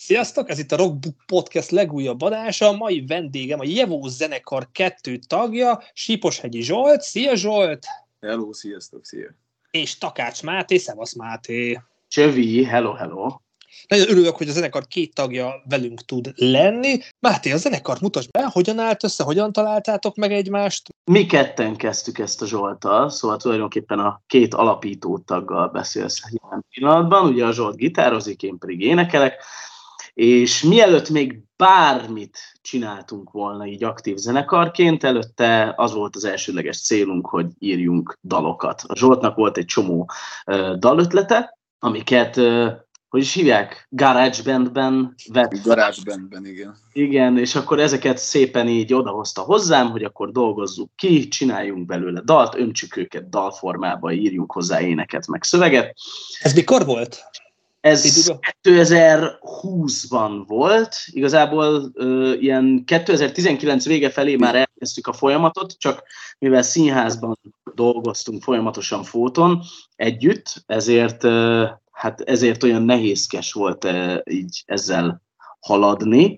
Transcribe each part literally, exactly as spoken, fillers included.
Sziasztok, ez itt a Rockbook Podcast legújabb adása. A mai vendégem a Jevó zenekar kettő tagja, Síposhegyi Zsolt. Szia Zsolt! Hello, sziasztok, szia! És Takács Máté, szevasz Máté! Csövi, hello, hello! Nagyon örülök, hogy a zenekar két tagja velünk tud lenni. Máté, a zenekart mutasd be, hogyan állt össze, hogyan találtátok meg egymást? Mi ketten kezdtük ezt a Zsolttal, szóval tulajdonképpen a két alapító taggal beszélsz jelen pillanatban. Ugye a Zsolt gitározik, én pedig énekelek, és mielőtt még bármit csináltunk volna így aktív zenekarként, előtte az volt az elsődleges célunk, hogy írjunk dalokat. A Zsoltnak volt egy csomó uh, dalötlete, amiket... Uh, hogy is hívják? GarageBandben vett. GarageBandben, igen. Igen, és akkor ezeket szépen így odahozta hozzám, hogy akkor dolgozzuk ki, csináljunk belőle dalt, öntsük őket dalformába, írjunk hozzá éneket, meg szöveget. Ez mikor volt? Ez kétezer-húszban volt, igazából ö, ilyen kétezer-tizenkilenc vége felé már elkezdtük a folyamatot, csak mivel színházban dolgoztunk folyamatosan Fóton együtt, ezért... Ö, hát ezért olyan nehézkes volt uh, így ezzel haladni,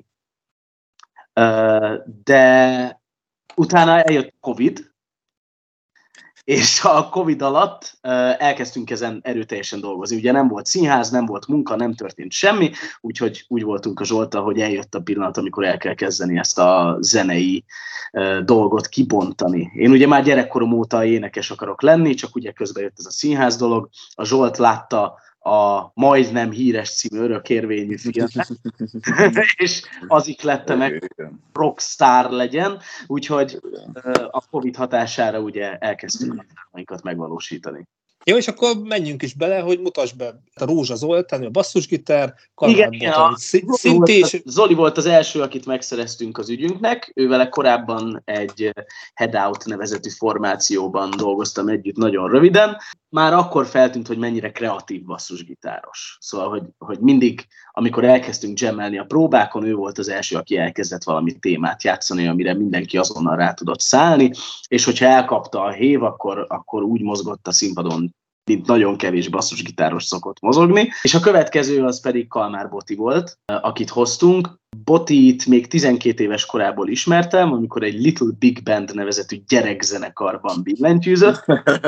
uh, de utána eljött Covid, és a Covid alatt uh, elkezdtünk ezen erőteljesen dolgozni. Ugye nem volt színház, nem volt munka, nem történt semmi, úgyhogy úgy voltunk a Zsolttal, hogy eljött a pillanat, amikor el kell kezdeni ezt a zenei uh, dolgot kibontani. Én ugye már gyerekkorom óta énekes akarok lenni, csak ugye közben jött ez a színház dolog. A Zsolt látta a Majdnem híres című örökérvényű filmet, és az ihlette meg, rockstar legyen, úgyhogy a Covid hatására ugye elkezdtük a álmainkat megvalósítani. Jó, és akkor menjünk is bele, hogy mutasd be a Rózsa Zoltán, a basszusgitár, igen, igen, a szintés. Zoli volt az első, akit megszereztünk az ügyünknek, ővele korábban egy Headout nevezetű formációban dolgoztam együtt nagyon röviden. Már akkor feltűnt, hogy mennyire kreatív basszusgitáros. Szóval, hogy, hogy mindig, amikor elkezdtünk jammelni a próbákon, ő volt az első, aki elkezdett valami témát játszani, amire mindenki azonnal rá tudott szállni, és hogyha elkapta a hév, akkor, akkor úgy mozgott a színpadon, mint nagyon kevés basszusgitáros szokott mozogni. És a következő az pedig Kalmár Boti volt, akit hoztunk. Botit még tizenkét éves korából ismertem, amikor egy Little Big Band nevezetű gyerekzenekarban billentyűzött.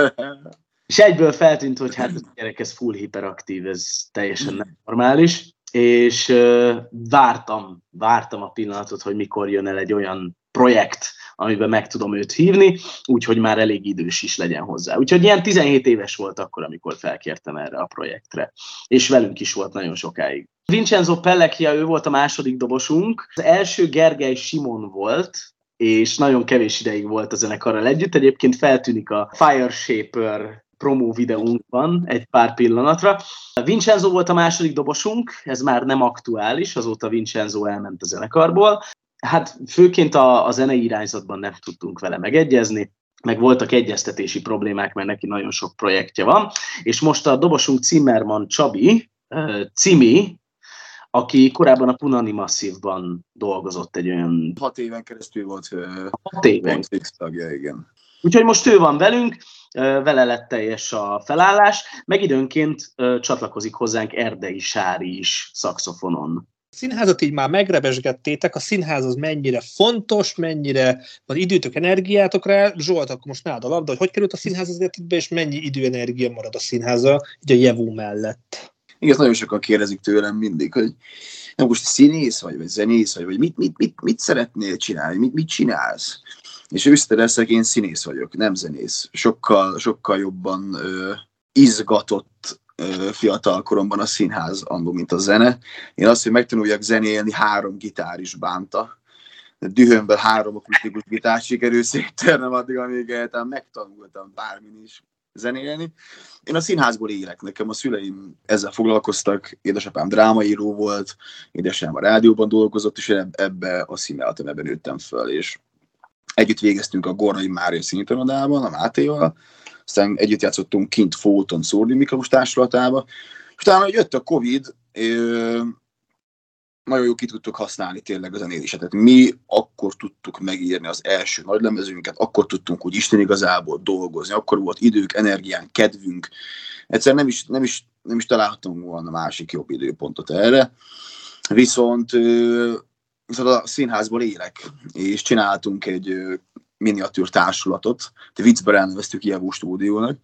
És egyből feltűnt, hogy hát a gyerek ez full hiperaktív, ez teljesen nem normális, és uh, vártam, vártam a pillanatot, hogy mikor jön el egy olyan projekt, amiben meg tudom őt hívni, úgyhogy már elég idős is legyen hozzá. Úgyhogy ilyen tizenhét éves volt akkor, amikor felkértem erre a projektre, és velünk is volt nagyon sokáig. Vincenzo Pellecchia, ő volt a második dobosunk, az első Gergely Simon volt, és nagyon kevés ideig volt a zenekarral együtt, egyébként feltűnik a Fire Shaper promó videónkban egy pár pillanatra. Vincenzo volt a második dobosunk, ez már nem aktuális, azóta Vincenzo elment a zenekarból. Hát főként a, a zenei irányzatban nem tudtunk vele megegyezni, meg voltak egyeztetési problémák, mert neki nagyon sok projektje van, és most a dobosunk Zimmermann Csabi, Cimi, aki korábban a Punani Masszívban dolgozott egy olyan... Hat éven keresztül volt hat éven. tagja, igen. Úgyhogy most ő van velünk, vele lett teljes a felállás, meg időnként csatlakozik hozzánk Erdei Sári is szaxofonon. A színházat így már megrebesgettétek, a színház az mennyire fontos, mennyire van időtök, energiátok rá. Zsolt, akkor most nálad a labda, hogy hogy került a színház az életedbe, és mennyi időenergia marad a színháza így a Jevó mellett? Igen, nagyon sokan kérdezik tőlem mindig, hogy na most színész vagy, vagy zenész vagy, vagy mit, mit, mit, mit szeretnél csinálni, mit, mit csinálsz? És őszinte leszek, én színész vagyok, nem zenész. Sokkal, sokkal jobban ö, izgatott ö, fiatal koromban a színház annól, mint a zene. Én azt, hogy megtanuljak zenélni, három gitár is bánta. Dühömből három akusztikus gitárt sikerül szétternem addig, amíg eltem megtanultam bármin is zenélni. Én a színházból élek, nekem a szüleim ezzel foglalkoztak, édesapám drámaíró volt, édesapám a rádióban dolgozott, és én ebbe a színáltam, ebben nőttem föl, és együtt végeztünk a Gornai Mária színitanodában, a Mátéval, aztán együtt játszottunk kint Fóton, Szórdi Miklós társulatába, és utána, hogy jött a Covid, nagyon jó ki tudtuk használni tényleg a zenélést. Tehát mi akkor tudtuk megírni az első nagylemezünket, akkor tudtunk úgy Isten igazából dolgozni, akkor volt idők, energiánk, kedvünk. Egyszer nem is, nem is, nem is találhatunk volna másik jobb időpontot erre. Viszont, viszont a színházból élek, és csináltunk egy miniatűr társulatot, de viccben elneveztük Jevó stúdiónak,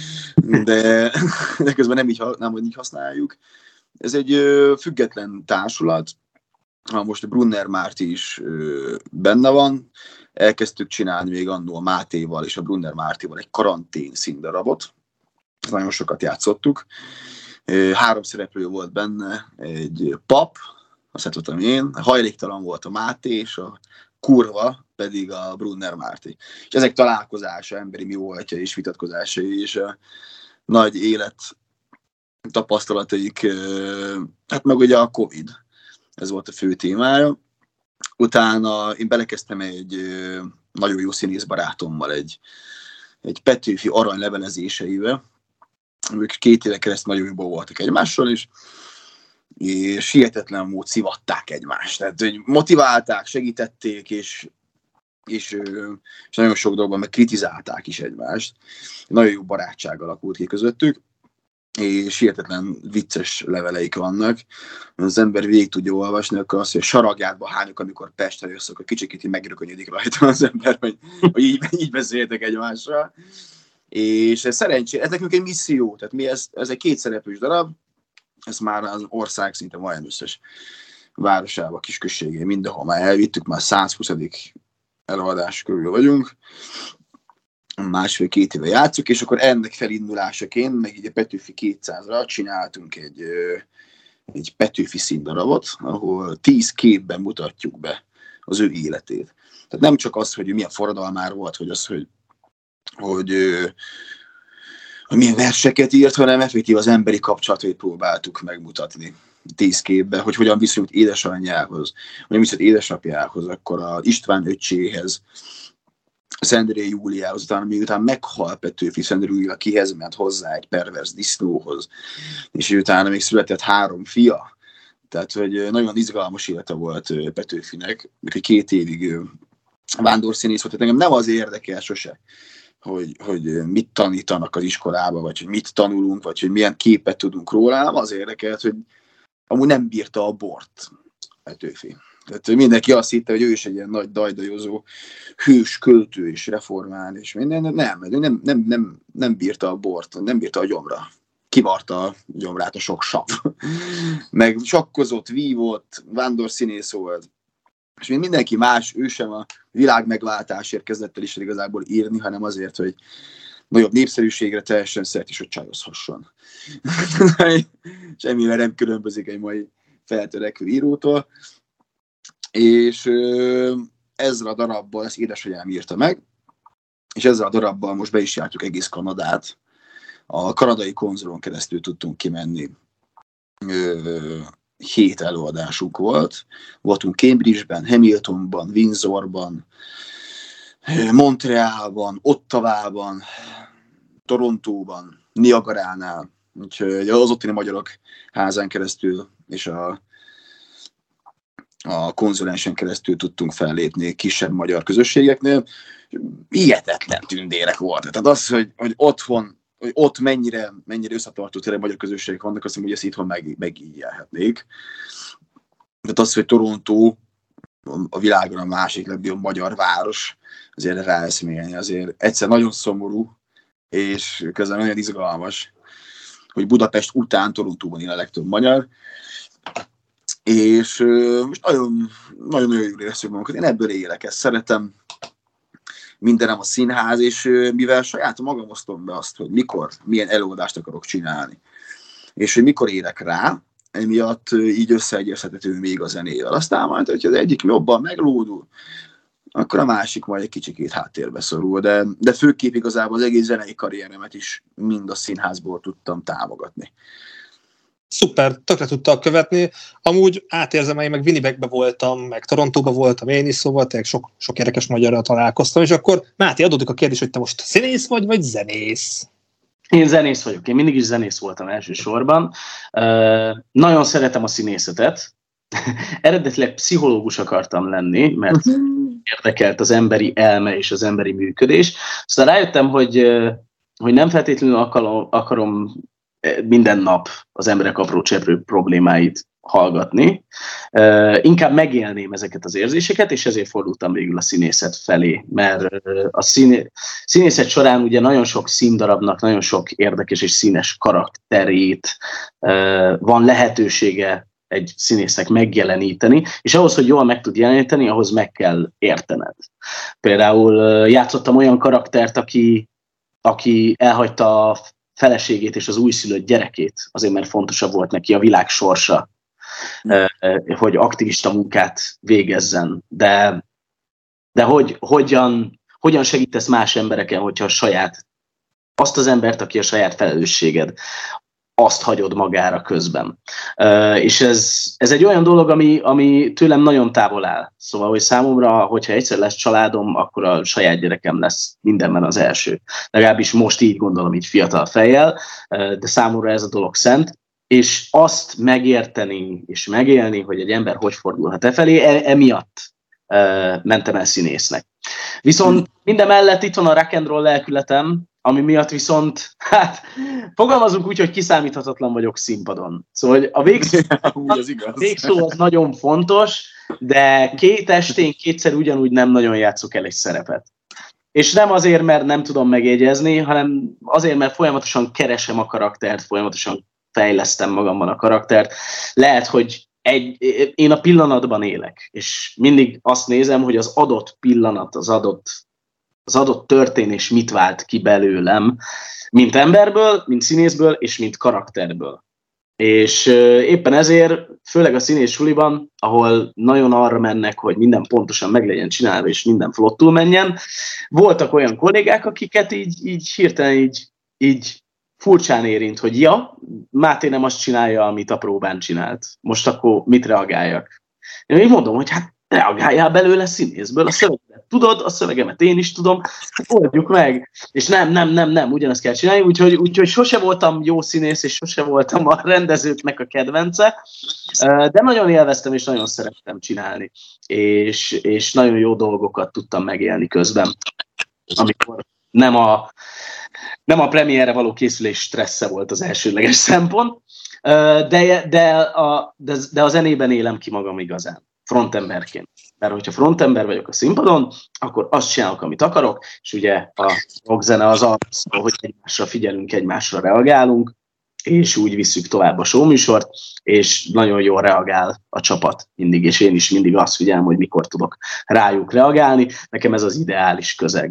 de, de közben nem így, nem így használjuk. Ez egy független társulat, most a Brunner Márti is benne van, elkezdtük csinálni még annó a Mátéval és a Brunner Mártival egy karantén színdarabot, nagyon sokat játszottuk. Három szereplő volt benne, egy pap, azt tudtam én, hajléktalan volt a Máté, és a kurva pedig a Brunner Márti. És ezek találkozása, emberi mi voltja és vitatkozásai, és a nagy élet tapasztalataik, hát meg ugye a Covid, ez volt a fő témája. Utána én belekezdtem egy nagyon jó színész barátommal egy, egy Petőfi arany levelezéseibe. Ők két éve keresztül nagyon jobban voltak egymással is, és hihetetlen mód szivatták egymást. Tehát, hogy motiválták, segítették, és, és, és nagyon sok dolgban meg kritizálták is egymást. Nagyon jó barátság alakult ki közöttük, és hihetetlen vicces leveleik vannak. Az ember végig tudja olvasni, akkor azt, hogy saragjátba hányok, amikor Pestre jössz, akkor kicsikét így megrökönyödik rajta az ember, hogy, hogy így, így beszéltek egymással. És ez szerencsére, ez nekünk egy misszió, tehát mi ez, ez egy kétszereplős darab, ez már az ország szinte majdnem összes városába, kisközségé, mindenhol már elvittük, már százhuszadik előadás körül vagyunk, másfél-két éve játszunk, és akkor ennek felindulásaként, meg így a Petőfi kétszázra csináltunk egy, egy Petőfi színdarabot, ahol tíz képben mutatjuk be az ő életét. Tehát nem csak az, hogy milyen forradalmár volt, vagy az, hogy, hogy, hogy milyen verseket írt, hanem effektív az emberi kapcsolatait próbáltuk megmutatni tíz képben, hogy hogyan viszonyult édesanyjához, hogyan viszonyult édesapjához, akkor a István öccséhez, Szendrei Júliához, utána miután meghal Petőfi, Szendrei Júlia kihez ment hozzá egy pervers disznóhoz, és utána még született három fia. Tehát, hogy nagyon izgalmas élete volt Petőfinek, mikor két évig vándorszínész volt, tehát engem nem az érdekel sose, hogy, hogy mit tanítanak az iskolába, vagy hogy mit tanulunk, vagy hogy milyen képet tudunk róla, nem az érdekelt, hogy amúgy nem bírta a bort Petőfi. Tehát mindenki azt hitte, hogy ő is egy ilyen nagy dajdajozó hős, költő és reformál, és minden. Nem, nem, nem, nem, nem bírta a bort, nem bírta a gyomra. Kivarta a gyomrát a sok sav. Meg sakkozott, vívott, vándorszínész volt. És még mindenki más, ő sem a világ megváltásért kezdett el is igazából írni, hanem azért, hogy nagyobb népszerűségre teljesen szert is, hogy csajozhasson. Semmivel nem különbözik egy mai feltörekvő írótól. És ö, ezzel a darabbal, ezt édesanyám írta meg, és ezzel a darabbal most be is jártuk egész Kanadát. A kanadai konzulon keresztül tudtunk kimenni. Ö, hét előadásunk volt. Voltunk Cambridge-ben, Hamiltonban, Windsorban, Montrealban, Ottawában, Torontóban, Niagaránál. Úgyhogy az ottani magyarok házán keresztül és a a konzulensen keresztül tudtunk fellépni kisebb magyar közösségeknél. Hihetetlen tündérek volt. Tehát az, hogy, hogy otthon, hogy ott mennyire, mennyire összetartó tényleg magyar közösségek vannak, azt mondom, hogy ezt itthon meg, megígyelhetnék. Tehát az, hogy Torontó a világon a másik legjobb magyar város, azért ráeszmélni, azért egyszer nagyon szomorú, és közben nagyon izgalmas, hogy Budapest után Torontóban él a legtöbb magyar. És uh, most nagyon, nagyon nagyon jól érezzük magunkat. Én ebből élek, ezt szeretem. Mindenem a színház, és uh, mivel saját magam osztom be azt, hogy mikor, milyen előadást akarok csinálni, és hogy mikor érek rá, emiatt uh, így összeegyeztethető még a zenével. Aztán majd, hogyha az egyik jobban meglódul, akkor a másik majd egy kicsikét háttérbe szorul. De, de főképp igazából az egész zenei karrieremet is mind a színházból tudtam támogatni. Szuper, tökre tudtak követni. Amúgy átérzem, hogy én meg Winnipegbe voltam, meg Torontóba voltam én is, szóval tényleg sok, sok érdekes magyarral találkoztam, és akkor Máté, adódik a kérdés, hogy te most színész vagy, vagy zenész? Én zenész vagyok, én mindig is zenész voltam elsősorban. Uh, nagyon szeretem a színészetet. Eredetileg pszichológus akartam lenni, mert érdekelt az emberi elme és az emberi működés. Aztán rájöttem, hogy, hogy nem feltétlenül akarom, akarom minden nap az emberek apró cseprő problémáit hallgatni, uh, inkább megélném ezeket az érzéseket, és ezért fordultam végül a színészet felé, mert a színé- színészet során ugye nagyon sok színdarabnak, nagyon sok érdekes és színes karakterét uh, van lehetősége egy színésznek megjeleníteni, és ahhoz, hogy jól meg tud jeleníteni, ahhoz meg kell értened. Például uh, játszottam olyan karaktert, aki, aki elhagyta a feleségét és az újszülött gyerekét, azért mert fontosabb volt neki a világ sorsa, hogy aktivista munkát végezzen, de, de hogy, hogyan, hogyan segítesz más embereken, hogyha a saját, azt az embert, aki a saját felelősséged, azt hagyod magára közben. És ez, ez egy olyan dolog, ami, ami tőlem nagyon távol áll. Szóval, hogy számomra, hogyha egyszer lesz családom, akkor a saját gyerekem lesz mindenben az első. Legalábbis most így gondolom, így fiatal fejjel, de számomra ez a dolog szent. És azt megérteni és megélni, hogy egy ember hogy fordulhat e felé, e- emiatt e- mentem el színésznek. Viszont mindemellett itt van a rock and roll lelkületem, ami miatt viszont, hát, fogalmazunk úgy, hogy kiszámíthatatlan vagyok színpadon. Szóval a végszó, az, végszó az nagyon fontos, de két estén kétszer ugyanúgy nem nagyon játszok el egy szerepet. És nem azért, mert nem tudom megjegyezni, hanem azért, mert folyamatosan keresem a karaktert, folyamatosan fejlesztem magamban a karaktert. Lehet, hogy egy, én a pillanatban élek, és mindig azt nézem, hogy az adott pillanat, az adott, az adott történés mit vált ki belőlem, mint emberből, mint színészből, és mint karakterből. És éppen ezért, főleg a színész suliban, ahol nagyon arra mennek, hogy minden pontosan meg legyen csinálva, és minden flottul menjen, voltak olyan kollégák, akiket így, így hirtelen így, így furcsán érint, hogy ja, Máté nem azt csinálja, amit a próbán csinált. Most akkor mit reagáljak? Én így mondom, hogy hát reagáljál belőle színészből, a szövegemet tudod, a szövegemet én is tudom, oldjuk meg. És nem, nem, nem, nem, ugyanazt kell csinálni, úgyhogy, úgyhogy sose voltam jó színész, és sose voltam a rendezőknek a kedvence, de nagyon élveztem, és nagyon szerettem csinálni. És, és nagyon jó dolgokat tudtam megélni közben, amikor nem a Nem a premierre való készülés stressze volt az elsődleges szempont, de, de, a, de, de a zenében élem ki magam igazán, frontemberként. Mert hogyha frontember vagyok a színpadon, akkor azt csinálok, amit akarok, és ugye a rockzene az az, hogy egymásra figyelünk, egymásra reagálunk, és úgy visszük tovább a showműsort, és nagyon jól reagál a csapat mindig, és én is mindig azt figyelem, hogy mikor tudok rájuk reagálni. Nekem ez az ideális közeg.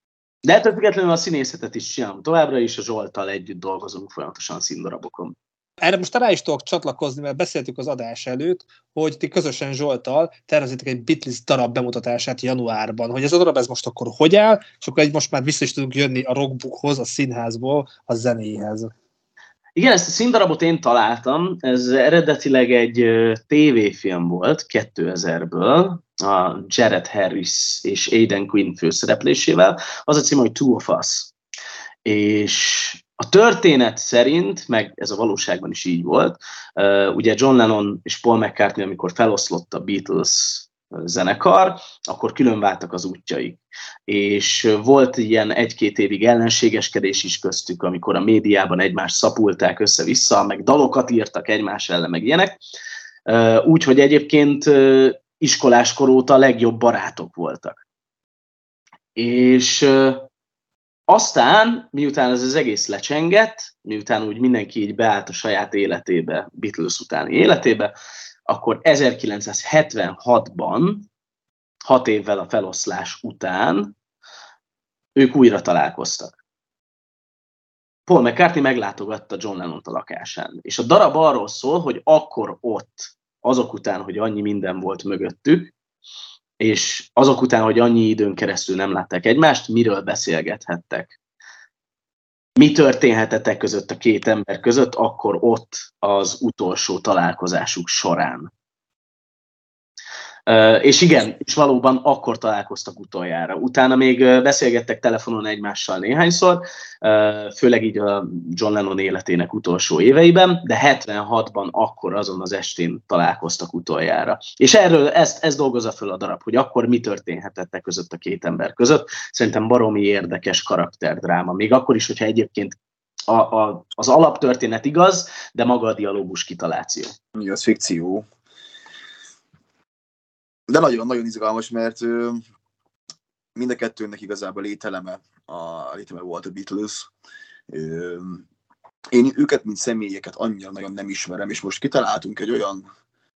De ettől függetlenül a színészetet is csinálom továbbra is, a Zsolttal együtt dolgozunk folyamatosan színdarabokon. Erre most rá is tudok csatlakozni, mert beszéltük az adás előtt, hogy ti közösen Zsolttal tervezitek egy Beatles darab bemutatását januárban. Hogy ez a darab ez most akkor hogy áll, és akkor egy most már vissza is tudunk jönni a rockbookhoz, a színházból, a zenéhez. Igen, ezt a színdarabot én találtam, ez eredetileg egy tévéfilm volt kétezrből, a Jared Harris és Aidan Quinn főszereplésével, az a cím, hogy Two of Us. És a történet szerint, meg ez a valóságban is így volt, ugye John Lennon és Paul McCartney, amikor feloszlott a Beatles zenekar, akkor különváltak az útjaik. És volt ilyen egy-két évig ellenségeskedés is köztük, amikor a médiában egymást szapulták össze-vissza, meg dalokat írtak egymás ellen, meg ilyenek. Úgyhogy egyébként iskoláskor óta legjobb barátok voltak. És aztán, miután ez az egész lecsengett, miután úgy mindenki így beállt a saját életébe, Beatles utáni életébe, akkor ezerkilencszázhetvenhatban, hat évvel a feloszlás után, ők újra találkoztak. Paul McCartney meglátogatta John Lennont a lakásán. És a darab arról szól, hogy akkor ott, azok után, hogy annyi minden volt mögöttük, és azok után, hogy annyi időn keresztül nem látták egymást, miről beszélgethettek. Mi történhetett e között a két ember között, akkor ott az utolsó találkozásuk során. Uh, és igen, és valóban akkor találkoztak utoljára. Utána még beszélgettek telefonon egymással néhányszor, uh, főleg így a John Lennon életének utolsó éveiben, de hetvenhatban akkor azon az estén találkoztak utoljára. És erről ezt, ezt dolgozza föl a darab, hogy akkor mi történhetett e között a két ember között. Szerintem baromi érdekes karakterdráma. Még akkor is, hogyha egyébként a, a, az alaptörténet igaz, de maga a dialógus kitaláció. Igaz, fikció. De nagyon-nagyon izgalmas, mert mind a kettőnek igazából lételeme, a lételeme volt a Beatles. Én őket, mint személyeket annyira nagyon nem ismerem, és most kitaláltunk egy olyan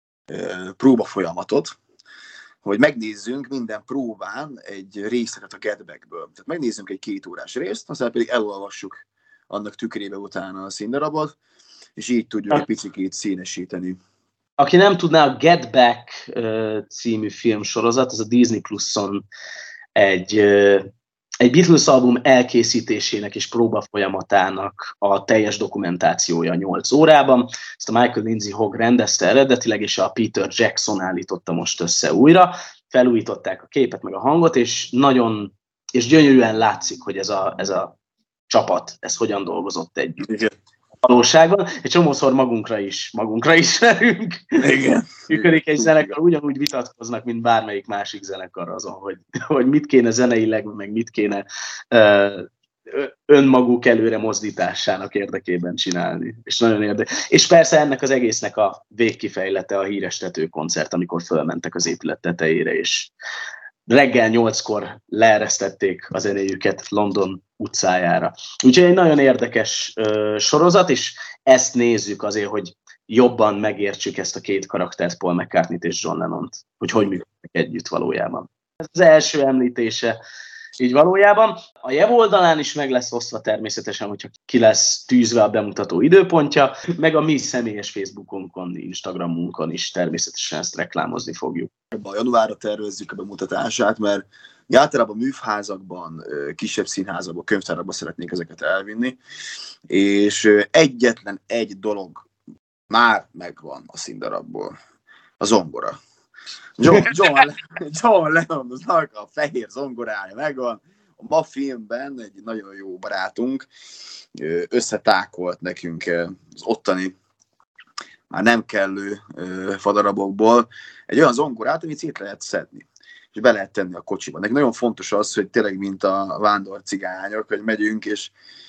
próba folyamatot, hogy megnézzünk minden próbán egy részletet a Get Back-ből. Tehát megnézzünk egy két órás részt, aztán pedig elolvassuk annak tükrébe utána a színdarabot, és így tudjuk egy picit színesíteni. Aki nem tudná, a Get Back uh, című filmsorozat, az a Disney Pluson egy, uh, egy Beatles album elkészítésének és próba folyamatának a teljes dokumentációja nyolc órában. Ezt a Michael Lindsay Hogg rendezte eredetileg, és a Peter Jackson állította most össze újra. Felújították a képet meg a hangot, és nagyon, és gyönyörűen látszik, hogy ez a, ez a csapat, ez hogyan dolgozott együtt. Igen. Valóságban, egy csomószor magunkra is, magunkra is verünk. Igen. Működik egy zenekar, ugyanúgy vitatkoznak, mint bármelyik másik zenekar azon, hogy, hogy mit kéne zeneileg, meg mit kéne uh, önmaguk előre mozdításának érdekében csinálni. És nagyon érdekes. És persze ennek az egésznek a végkifejlete a híres tetőkoncert, amikor fölmentek az épület tetejére, és reggel nyolckor leeresztették a zenéjüket London utcájára. Úgyhogy egy nagyon érdekes uh, sorozat, és ezt nézzük azért, hogy jobban megértsük ezt a két karaktert, Paul McCartney-t és John Lennont, hogy hogy működnek együtt valójában. Ez az első említése így valójában. A Jev oldalán is meg lesz osztva természetesen, hogyha ki lesz tűzve a bemutató időpontja, meg a mi személyes Facebookunkon, Instagramunkon is természetesen ezt reklámozni fogjuk. A januárra tervezzük a bemutatását, mert általában műfházakban, kisebb színházakban, könyvtárakban szeretnék ezeket elvinni, és egyetlen egy dolog már megvan a színdarabból, a zongora. John, John, John Lennonnak a fehér zongorája megvan. A ma filmben egy nagyon jó barátunk összetákolt nekünk az ottani már nem kellő fadarabokból egy olyan zongorát, amit szét lehet szedni, és be lehet tenni a kocsiba. Nekik nagyon fontos az, hogy tényleg mint a vándor cigányok, hogy megyünk, és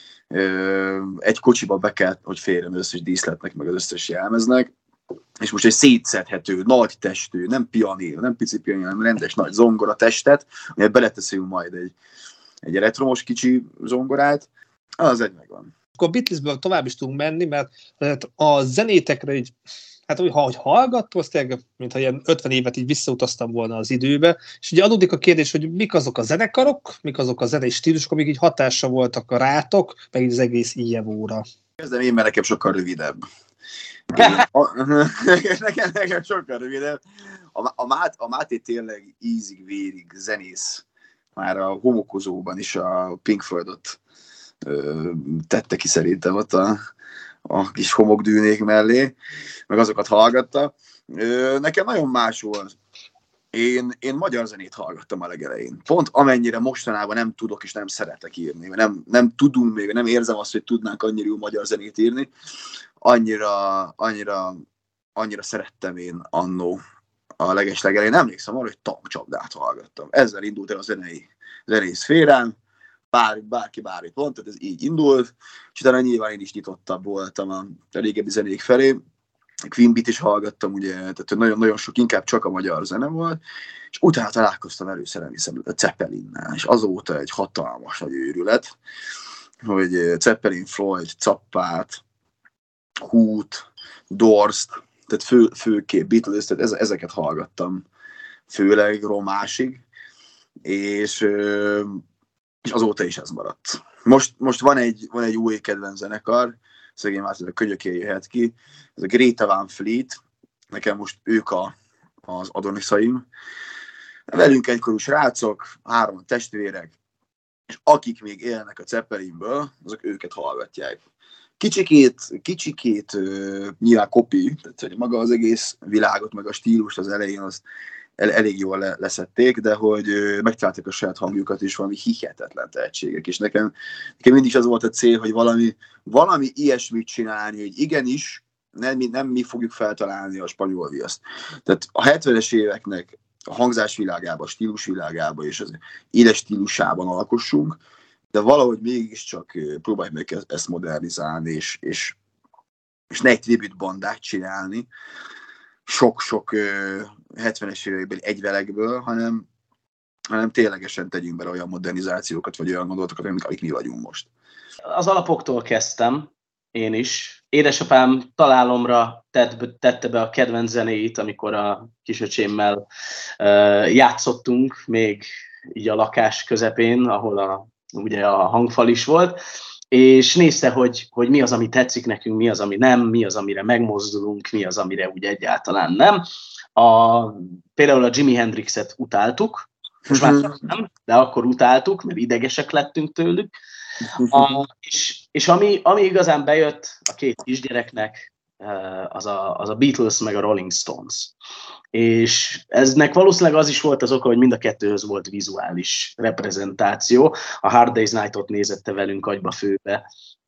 egy kocsiba be kell, hogy férjen az összes díszletnek, meg az összes jelmeznek, és most egy szétszedhető, nagy testű, nem pianér, nem pici pianér, hanem rendes nagy zongora testet, amelyet beleteszünk majd egy, egy elektromos kicsi zongorát, az egy megvan. Akkor a Beatlesből tovább is tudunk menni, mert a zenétekre így, hát úgy, ha hallgattam, azt tényleg, mintha ilyen ötven évet így visszautaztam volna az időbe, és ugye adódik a kérdés, hogy mik azok a zenekarok, mik azok a zenei stílusok, amik így hatással voltak a rátok, meg így az egész Ijevóra. Kezdem én, mert nekem sokkal rövidebb. nekem, nekem sokkal rövidebb. A, a, Mát, a Máté tényleg ízig-vérig zenész. Már a homokozóban is a Pink Floydot ö, tette ki szerintem ott a, a kis homokdűnék mellé, meg azokat hallgatta. Ö, nekem nagyon más volt. Én, én magyar zenét hallgattam a legelején. Pont amennyire mostanában nem tudok és nem szeretek írni. Nem, nem tudunk még, nem érzem azt, hogy tudnánk annyira jó magyar zenét írni. Annyira, annyira, annyira szerettem én annó a legeslegelején. Emlékszem arra, hogy tankcsapdát hallgattam. Ezzel indult el a zenei, zenei szférán. Bár, bárki bármit mondta, ez így indult. És utána nyilván én is nyitottabb voltam a, a régebbi zenék felé. Queen Beat is hallgattam, ugye, tehát nagyon-nagyon sok, inkább csak a magyar zene volt, és utána találkoztam először, elhiszem, a Zeppelinnel, és azóta egy hatalmas nagy őrület, hogy Zeppelin, Floyd, Zappát, Hoot, Dorst, tehát fő, főképp Beatles, tehát ezeket hallgattam, főleg romásig, és, és azóta is ez maradt. Most, most van, egy, van egy új kedvenc zenekar, szegény már a könyökén jöhet ki, ez a Greta Van Fleet, nekem most ők a, az adoniszaim. Velünk egykorú srácok, három testvérek, és akik még élnek a Zeppelinből, azok őket hallgatják. Kicsikét, kicsikét uh, nyilván kopi, tehát hogy maga az egész világot, meg a stílust az elején az el, elég jól le, leszették, de hogy uh, megtalálták a saját hangjukat is, valami hihetetlen tehetségek, és nekem, nekem mindig az volt a cél, hogy valami, valami ilyesmit csinálni, hogy igenis, nem, nem mi fogjuk feltalálni a spanyol viaszt. Tehát a hetvenes éveknek a hangzás világában, a stílus világában és az éles stílusában alkossunk, de valahogy mégiscsak próbálj meg ezt modernizálni, és, és, és ne egy tribute bandát csinálni, sok-sok hetvenes évekbeli egyvelekből, hanem, hanem ténylegesen tegyünk bele olyan modernizációkat, vagy olyan gondolatokat, amik, amik mi vagyunk most. Az alapoktól kezdtem, én is. Édesapám találomra tett, tette be a kedvenc zenéit, amikor a kisöcsémmel uh, játszottunk, még így a lakás közepén, ahol a, ugye a hangfal is volt, és nézte, hogy, hogy mi az, ami tetszik nekünk, mi az, ami nem, mi az, amire megmozdulunk, mi az, amire úgy egyáltalán nem. A, például a Jimi Hendrixet utáltuk, most már nem, de akkor utáltuk, mert idegesek lettünk tőlük. A, és és ami, ami igazán bejött a két kisgyereknek, az a, az a Beatles meg a Rolling Stones. És eznek valószínűleg az is volt az oka, hogy mind a kettőhöz volt vizuális reprezentáció. A Hard Day's Night-ot nézette velünk agyba főbe,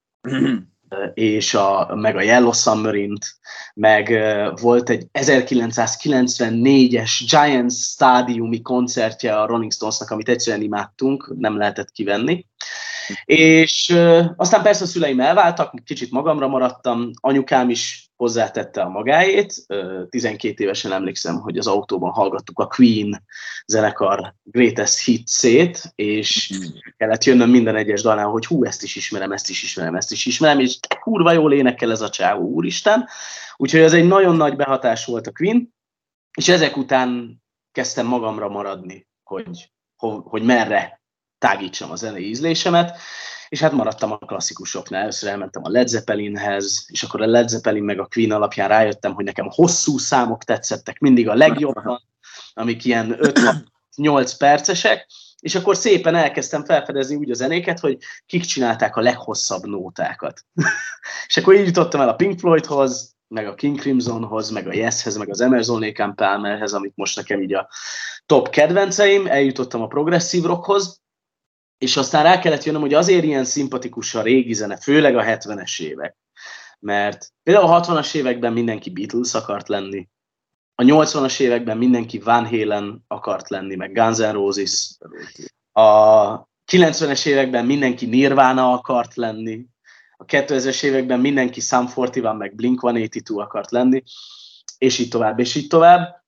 és a, meg a Yellow Submarine-t, meg uh, volt egy ezerkilencszázkilencvennégyes Giants stádiumi koncertje a Rolling Stonesnak, amit egyszerűen imádtunk, nem lehetett kivenni. És uh, aztán persze a szüleim elváltak, kicsit magamra maradtam, anyukám is hozzátette a magáét. Uh, tizenkét évesen emlékszem, hogy az autóban hallgattuk a Queen zenekar Greatest Hits-ét, és kellett jönnöm minden egyes dalnál, hogy hú, ezt is ismerem, ezt is ismerem, ezt is ismerem, és kurva jól énekel ez a csávó, úristen. Úgyhogy ez egy nagyon nagy behatás volt a Queen, és ezek után kezdtem magamra maradni, hogy, hogy merre tágítsam a zenei ízlésemet, és hát maradtam a klasszikusoknál. Először elmentem a Led Zeppelinhez, és akkor a Led Zeppelin meg a Queen alapján rájöttem, hogy nekem hosszú számok tetszettek mindig a legjobban, amik ilyen öt-nyolc percesek, és akkor szépen elkezdtem felfedezni úgy a zenéket, hogy kik csinálták a leghosszabb nótákat. És akkor így jutottam el a Pink Floydhoz, meg a King Crimsonhoz, meg a Yeshez, meg az Emerson Lake and Palmerhez, amik most nekem így a top kedvenceim, eljutottam a progresszív rockhoz, és aztán rá kellett jönnöm, hogy azért ilyen szimpatikus a régi zene, főleg a hetvenes évek. Mert például a hatvanas években mindenki Beatles akart lenni, a nyolcvanas években mindenki Van Halen akart lenni, meg Guns N' Roses, a kilencvenes években mindenki Nirvana akart lenni, a kétezres években mindenki Sum negyvenegy, meg Blink száznyolcvankettő akart lenni, és így tovább, és így tovább.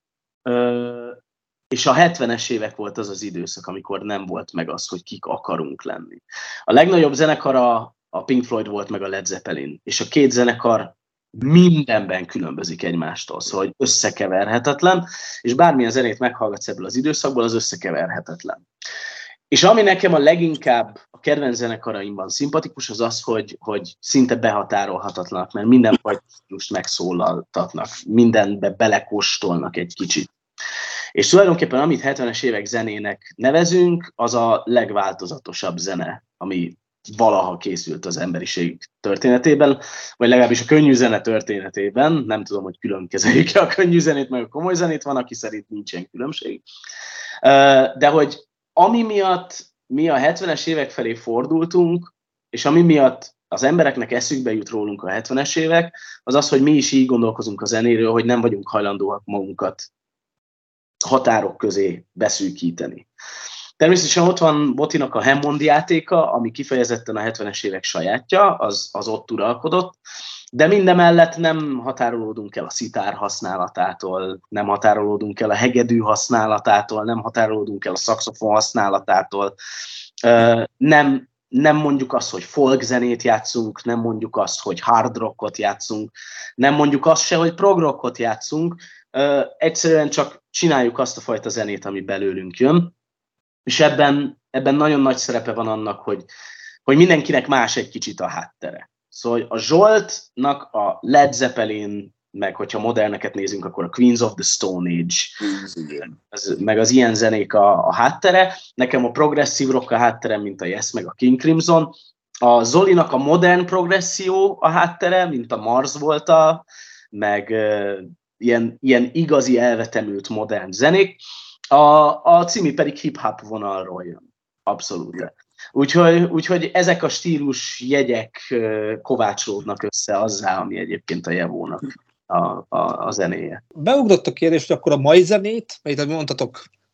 És a hetvenes évek volt az az időszak, amikor nem volt meg az, hogy kik akarunk lenni. A legnagyobb zenekar a, a Pink Floyd volt, meg a Led Zeppelin, és a két zenekar mindenben különbözik egymástól, szóval hogy összekeverhetetlen, és bármilyen zenét meghallgatsz ebből az időszakból, az összekeverhetetlen. És ami nekem a leginkább a kedvenc zenekaraimban szimpatikus, az az, hogy, hogy szinte behatárolhatatlanak, mert mindenfajta stílust megszólaltatnak, mindenbe belekóstolnak egy kicsit. És tulajdonképpen amit hetvenes évek zenének nevezünk, az a legváltozatosabb zene, ami valaha készült az emberiség történetében, vagy legalábbis a könnyű zene történetében. Nem tudom, hogy külön kezeljük a könnyű zenét, meg a komoly zenét, van, aki szerint nincsen különbség. De hogy ami miatt mi a hetvenes évek felé fordultunk, és ami miatt az embereknek eszükbe jut rólunk a hetvenes évek, az az, hogy mi is így gondolkozunk a zenéről, hogy nem vagyunk hajlandóak magunkat határok közé beszűkíteni. Természetesen ott van Botinak a Hammond játéka, ami kifejezetten a hetvenes évek sajátja, az, az ott uralkodott, de mindemellett nem határolódunk el a szitár használatától, nem határolódunk el a hegedű használatától, nem határolódunk el a szaxofon használatától, nem, nem mondjuk azt, hogy folk zenét játszunk, nem mondjuk azt, hogy hard rockot játszunk, nem mondjuk azt se, hogy prog rockot játszunk, egyszerűen csak csináljuk azt a fajta zenét, ami belőlünk jön, és ebben, ebben nagyon nagy szerepe van annak, hogy, hogy mindenkinek más egy kicsit a háttere. Szóval a Zsoltnak a Led Zeppelin, meg hogyha moderneket nézünk, akkor a Queens of the Stone Age, az, meg az ilyen zenék a, a háttere. Nekem a progresszív rock a háttere, mint a Yes, meg a King Crimson. A Zolinak a modern progresszió a háttere, mint a Mars volt a, meg uh, ilyen, ilyen igazi elvetemült modern zenék. A, a Cimi pedig hip-hop vonalról jön. Abszolút. Úgyhogy, úgyhogy ezek a stílus jegyek kovácsolódnak össze azzá, ami egyébként a Jevónak a, a, a zenéje. Beugrott a kérdés, hogy akkor a mai zenét, mert itt mondtatok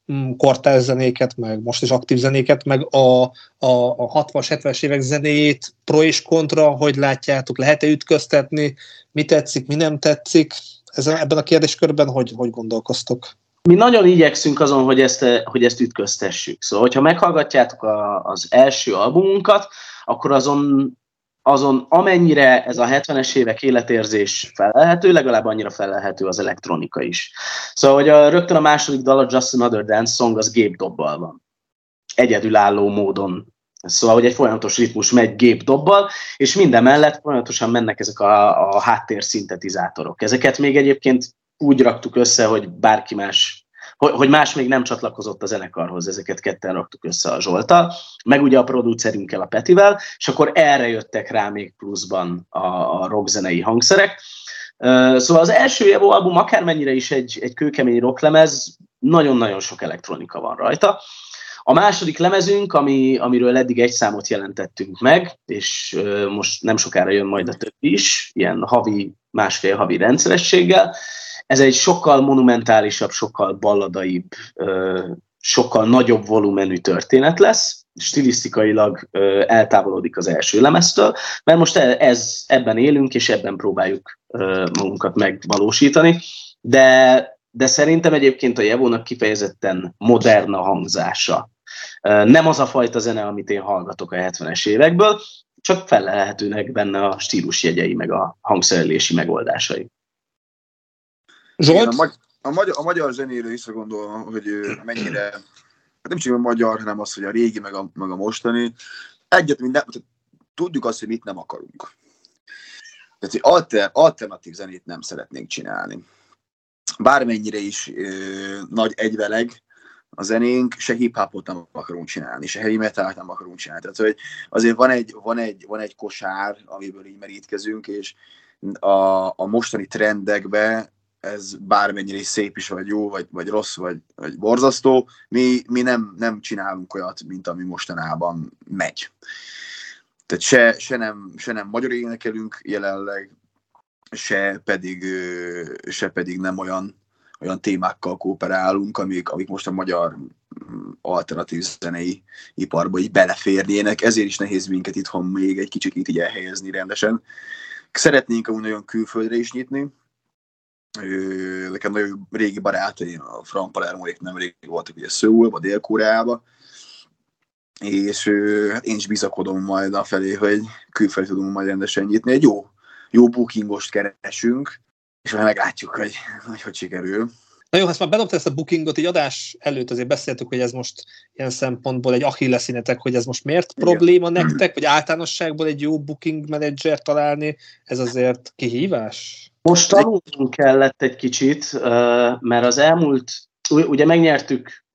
kortárs zenéket, meg most is aktív zenéket, meg a, a, a hatvanas, hetvenes évek zenéjét, pro és kontra, hogy látjátok, lehet-e ütköztetni, mi tetszik, mi nem tetszik? Ezen, ebben a kérdéskörben hogy, hogy gondolkoztok? Mi nagyon igyekszünk azon, hogy ezt, hogy ezt ütköztessük. Szóval, hogyha meghallgatjátok a, az első albumunkat, akkor azon, azon amennyire ez a hetvenes évek életérzés felelhető, legalább annyira felelhető az elektronika is. Szóval, hogy a, rögtön a második dal, a Just Another Dance Song, az gépdobbal van. Egyedülálló módon. Szóval, hogy egy folyamatos ritmus megy gépdobbal, és minden mellett folyamatosan mennek ezek a, a háttér-szintetizátorok. Ezeket még egyébként úgy raktuk össze, hogy bárki más, hogy, hogy más még nem csatlakozott a zenekarhoz, ezeket ketten raktuk össze a Zsolttal, meg ugye a producerünkkel, a Petivel, és akkor erre jöttek rá még pluszban a, a rockzenei hangszerek. Uh, szóval az első Evo album akármennyire is egy, egy kőkemény rocklemez, nagyon-nagyon sok elektronika van rajta. A második lemezünk, ami, amiről eddig egy számot jelentettünk meg, és uh, most nem sokára jön majd a többi is, ilyen havi, másfél havi rendszerességgel. Ez egy sokkal monumentálisabb, sokkal balladaibb, uh, sokkal nagyobb volumenű történet lesz, stilisztikailag uh, eltávolodik az első lemeztől, mert most ez, ebben élünk, és ebben próbáljuk uh, magunkat megvalósítani, de, de szerintem egyébként a Jevónak kifejezetten modern a hangzása. Nem az a fajta zene, amit én hallgatok a hetvenes évekből, csak felelhetőnek benne a stílusjegyei, meg a hangszerelési megoldásai. Zsolt? Igen, a, magy- a, magyar, a magyar zenéről visszagondolva, hogy mennyire, hát nem csak a magyar, hanem az, hogy a régi, meg a, meg a mostani, egyet minden, tudjuk azt, hogy mit nem akarunk. Tehát, hogy alter, alternatív zenét nem szeretnénk csinálni. Bármennyire is ö, nagy egyveleg a zenénk, se hip-hopot nem akarunk csinálni, se heavy metalt nem akarunk csinálni. Tehát, hogy azért van egy, van egy, van egy kosár, amiből így merítkezünk, és a, a mostani trendekbe ez bármennyire is szép is, vagy jó, vagy, vagy rossz, vagy, vagy borzasztó, mi, mi nem, nem csinálunk olyat, mint ami mostanában megy. Tehát se, se, nem, se nem magyar énekelünk jelenleg, se pedig, se pedig nem olyan, olyan témákkal kooperálunk, amik, amik most a magyar alternatív zenei iparba így beleférnének, ezért is nehéz minket itthon még egy kicsit így elhelyezni rendesen. Szeretnénk amúgy nagyon külföldre is nyitni. Nekem nagyon régi barátaim, a Frank Palermoék nem rég voltak ugye Szöulba, Dél-Koreába, és hát én is bizakodom majd afelé, hogy külföldre tudunk majd rendesen nyitni. Egy jó, jó bookingost keresünk, és majd meglátjuk, hogy hogy, hogy sikerül. Na jó, ha már bedobta ezt a bookingot, így adás előtt azért beszéltük, hogy ez most ilyen szempontból egy achilleszínetek, hogy ez most miért Igen. probléma nektek, vagy általánosságból egy jó booking menedzser találni, ez azért kihívás? Most tanulnunk kellett egy kicsit, mert az elmúlt, ugye megnyertük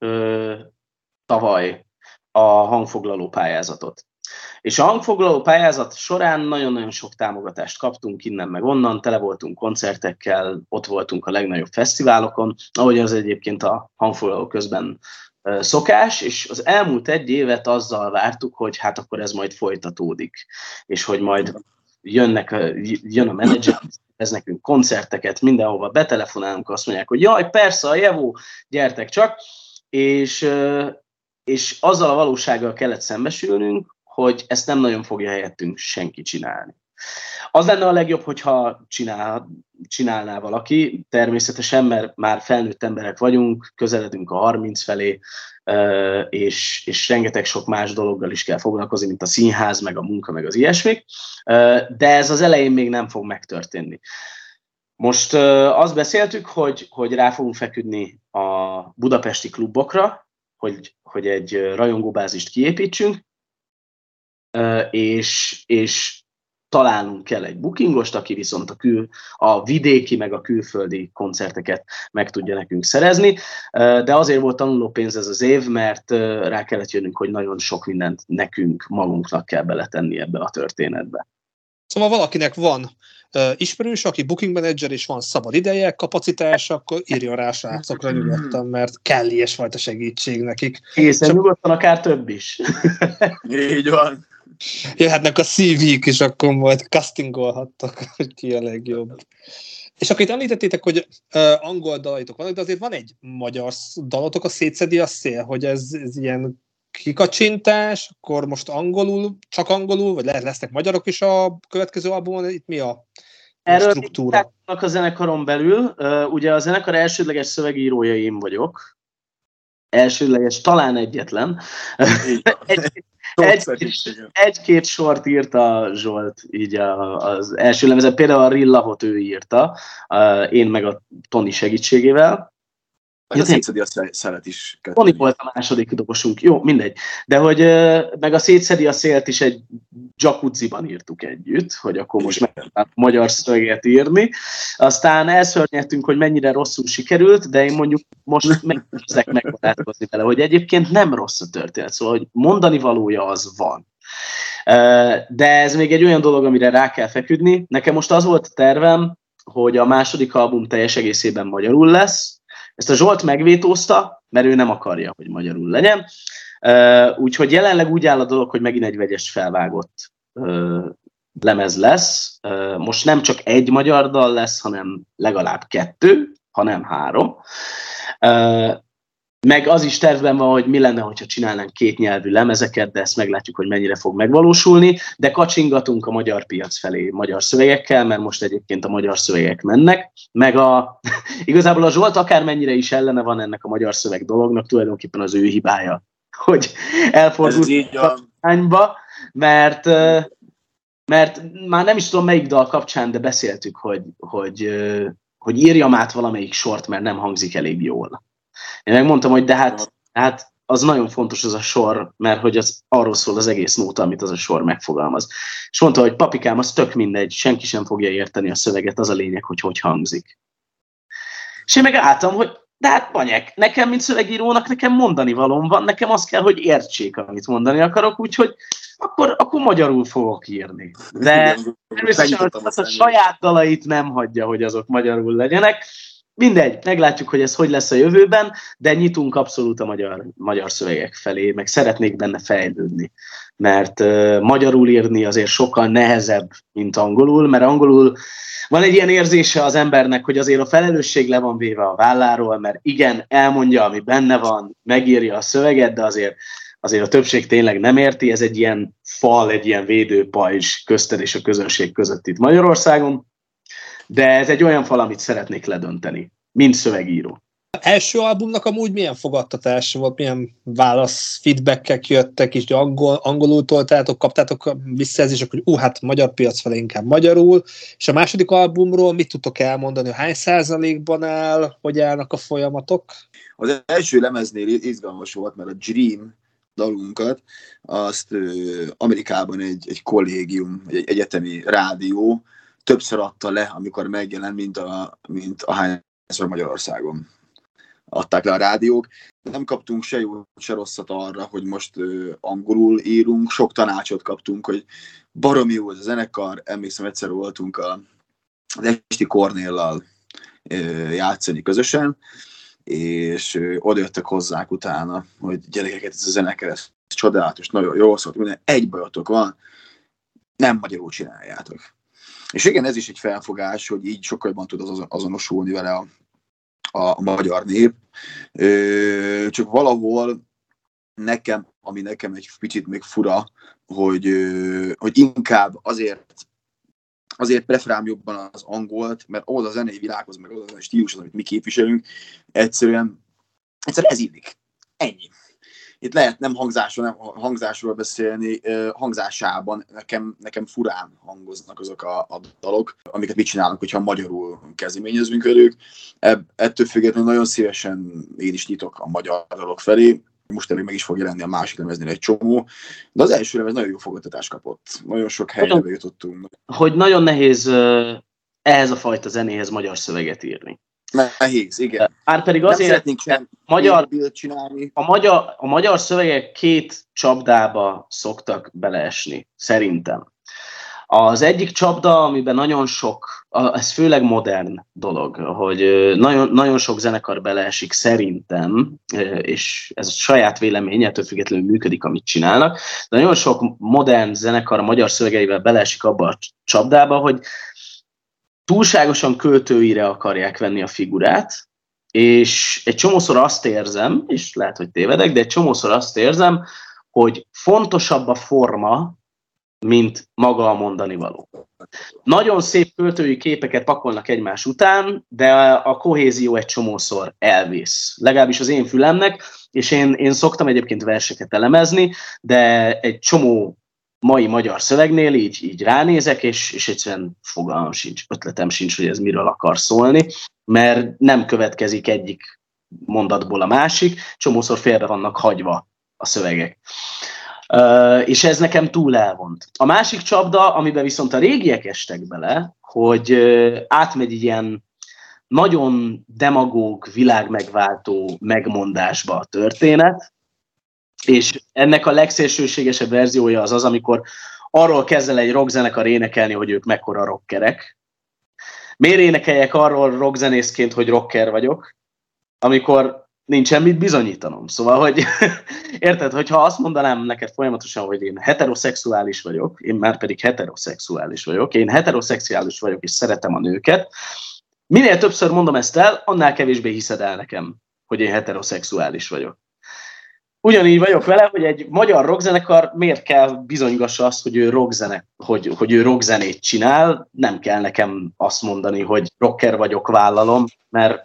tavaly a hangfoglaló pályázatot. És a hangfoglaló pályázat során nagyon-nagyon sok támogatást kaptunk innen meg onnan, tele voltunk koncertekkel, ott voltunk a legnagyobb fesztiválokon, ahogy az egyébként a hangfoglaló közben szokás, és az elmúlt egy évet azzal vártuk, hogy hát akkor ez majd folytatódik, és hogy majd jönnek, jön a menedzser, ez nekünk koncerteket, mindenhova betelefonálunk, azt mondják, hogy jaj, persze, a Jevó, gyertek csak, és, és azzal a valósággal kellett szembesülnünk, hogy ezt nem nagyon fogja helyettünk senki csinálni. Az lenne a legjobb, hogyha csinál, csinálná valaki, természetesen, mert már felnőtt emberek vagyunk, közeledünk a harminc felé, és, és rengeteg sok más dologgal is kell foglalkozni, mint a színház, meg a munka, meg az ilyesmik, de ez az elején még nem fog megtörténni. Most azt beszéltük, hogy, hogy rá fogunk feküdni a budapesti klubokra, hogy, hogy egy rajongóbázist kiépítsünk, és, és találnunk kell egy bookingost, aki viszont a, kül, a vidéki meg a külföldi koncerteket meg tudja nekünk szerezni, de azért volt tanulópénz ez az év, mert rá kellett jönnünk, hogy nagyon sok mindent nekünk, magunknak kell beletenni ebbe a történetbe. Szóval valakinek van uh, ismerős, aki booking manager, és van szabad ideje, kapacitás, akkor írjon rá srácokra nyugodtan, mert kell ilyesfajta segítség nekik. Egészen Csak... nyugodtan, akár több is. Így van. Jöhetnek a cé vé-k is, akkor majd castingolhattak, hogy ki a legjobb. És akkor itt említettétek, hogy uh, angol dalaitok vannak, de azért van egy magyar dalotok, a Szétszedi a szél, hogy ez, ez ilyen kikacsintás, akkor most angolul, csak angolul, vagy lehet lesznek magyarok is a következő albumon, itt mi a Erről struktúra? a zenekaron belül, uh, ugye a zenekar elsődleges szövegírója én vagyok, elsődleges, talán egyetlen. egy, egy, egy-két sort írta Zsolt így a, az első lemezet, például a Real Love-ot ő írta, uh, én meg a Tony segítségével. Meg a Szétszedi a szelet is. Tony volt a második dobosunk, jó, mindegy. De hogy meg a Szétszedi a szélt is egy jacuzziban írtuk együtt, hogy akkor most meg tudnánk magyar szöveget írni. Aztán elszörnyedtünk, hogy mennyire rosszul sikerült, de én mondjuk most megkezdek megbarátkozni vele, hogy egyébként nem rossz a történet, szóval hogy mondani valója az van. De ez még egy olyan dolog, amire rá kell feküdni. Nekem most az volt a tervem, hogy a második album teljes egészében magyarul lesz. Ezt a Zsolt megvétózta, mert ő nem akarja, hogy magyarul legyen. Uh, úgyhogy jelenleg úgy áll a dolog, hogy megint egy vegyes felvágott uh, lemez lesz. Uh, most nem csak egy magyar dal lesz, hanem legalább kettő, hanem három. Uh, meg az is tervben van, hogy mi lenne, hogyha csinálnánk kétnyelvű lemezeket, de ezt meglátjuk, hogy mennyire fog megvalósulni. De kacsingatunk a magyar piac felé magyar szövegekkel, mert most egyébként a magyar szövegek mennek. Meg a, igazából a Zsolt akármennyire is ellene van ennek a magyar szöveg dolognak, tulajdonképpen az ő hibája, hogy elfordult a hányba, mert, mert már nem is tudom melyik dal kapcsán, de beszéltük, hogy, hogy, hogy írjam át valamelyik sort, mert nem hangzik elég jól. Én megmondtam, hogy de hát, hát az nagyon fontos az a sor, mert hogy az arról szól az egész nóta, amit az a sor megfogalmaz. És mondta, hogy papikám, az tök mindegy, senki sem fogja érteni a szöveget, az a lényeg, hogy hogy hangzik. És én meg álltam, hogy de hát Banyek, nekem, mint szövegírónak, nekem mondani valóm van, nekem az kell, hogy értsék, amit mondani akarok, úgyhogy akkor, akkor magyarul fogok írni. De természetesen az a saját dalait nem hagyja, hogy azok magyarul legyenek. Mindegy, meglátjuk, hogy ez hogy lesz a jövőben, de nyitunk abszolút a magyar, magyar szövegek felé, meg szeretnék benne fejlődni. Mert uh, magyarul írni azért sokkal nehezebb, mint angolul, mert angolul van egy ilyen érzése az embernek, hogy azért a felelősség le van véve a válláról, mert igen, elmondja, ami benne van, megírja a szöveget, de azért, azért a többség tényleg nem érti, ez egy ilyen fal, egy ilyen védőpajzs közted és a közönség között itt Magyarországon. De ez egy olyan fal, amit szeretnék ledönteni, mint szövegíró. Az első albumnak amúgy milyen fogadtatás volt, milyen válasz, feedbackek jöttek, és angol, angolul toltátok, kaptátok visszajelzések, hogy ú, hát magyar piac felé inkább magyarul, és a második albumról mit tudtok elmondani, hány százalékban áll, hogy állnak a folyamatok? Az első lemeznél izgalmas volt, mert a Dream dalunkat, azt Amerikában egy, egy kollégium, egy egyetemi rádió többször adta le, amikor megjelent, mint a, mint a hányszor Magyarországon adták le a rádiók. Nem kaptunk se jó, se rosszat arra, hogy most uh, angolul írunk. Sok tanácsot kaptunk, hogy baromi jó ez a zenekar. Emlékszem, egyszer voltunk a, az Esti Kornéllal uh, játszani közösen, és uh, oda jöttek hozzánk utána, hogy gyerekeket, ez a zenekar, ez csodálatos, nagyon jól szólt, minden egy bajotok van, nem magyarul csináljátok. És igen, ez is egy felfogás, hogy így sokkal jobban tud az azonosulni vele a, a, a magyar nép. Ö, csak valahol nekem, ami nekem egy picit még fura, hogy, ö, hogy inkább azért, azért preferálom jobban az angolt, mert ahhoz a zenei világhoz, meg ahhoz a stílushoz, amit mi képviselünk, egyszerűen, egyszerűen ez illik. Ennyi. Itt lehet nem hangzásról, nem hangzásról beszélni, hangzásában nekem, nekem furán hangoznak azok a, a dalok, amiket mit csinálunk, hogyha magyarul kezdeményezünk velük. Ettől függetlenül nagyon szívesen én is nyitok a magyar dalok felé. Most elég meg is fog jelenni a másik lemeznél egy csomó, de az első lemez nagyon jó fogadtatást kapott. Nagyon sok helyre bejutottunk. Hogy nagyon nehéz ehhez a fajta zenéhez magyar szöveget írni. Nehéz, igen. Már pedig azért, mert magyar, a, magyar, a magyar szövegek két csapdába szoktak beleesni, szerintem. Az egyik csapda, amiben nagyon sok, ez főleg modern dolog, hogy nagyon, nagyon sok zenekar beleesik szerintem, és ez a saját vélemény, ettől függetlenül működik, amit csinálnak, de nagyon sok modern zenekar a magyar szövegeivel beleesik abba a csapdába, hogy túlságosan költőire akarják venni a figurát, és egy csomószor azt érzem, és lehet, hogy tévedek, de egy csomószor azt érzem, hogy fontosabb a forma, mint maga a mondani való. Nagyon szép költői képeket pakolnak egymás után, de a kohézió egy csomószor elvész. Legalábbis az én fülemnek, és én, én szoktam egyébként verseket elemezni, de egy csomó mai magyar szövegnél így, így ránézek, és, és egyszerűen fogalmam sincs, ötletem sincs, hogy ez miről akar szólni, mert nem következik egyik mondatból a másik, csomószor félbe vannak hagyva a szövegek. Uh, és ez nekem túl elvont. A másik csapda, amiben viszont a régiek estek bele, hogy uh, átmegy ilyen nagyon demagóg, világmegváltó megmondásba a történet, és ennek a legszélsőségesebb verziója az az, amikor arról kezd el egy rockzenekar énekelni, hogy ők mekkora rockerek. Miért énekeljek arról rockzenészként, hogy rocker vagyok, amikor nincsen mit bizonyítanom. Szóval, hogy érted, hogyha azt mondanám neked folyamatosan, hogy én heteroszexuális vagyok, én már pedig heteroszexuális vagyok, én heteroszexuális vagyok, és szeretem a nőket, minél többször mondom ezt el, annál kevésbé hiszed el nekem, hogy én heteroszexuális vagyok. Ugyanígy vagyok vele, hogy egy magyar rockzenekar miért kell bizonygassa azt, hogy ő, rockzene, hogy, hogy ő rockzenét csinál, nem kell nekem azt mondani, hogy rocker vagyok, vállalom, mert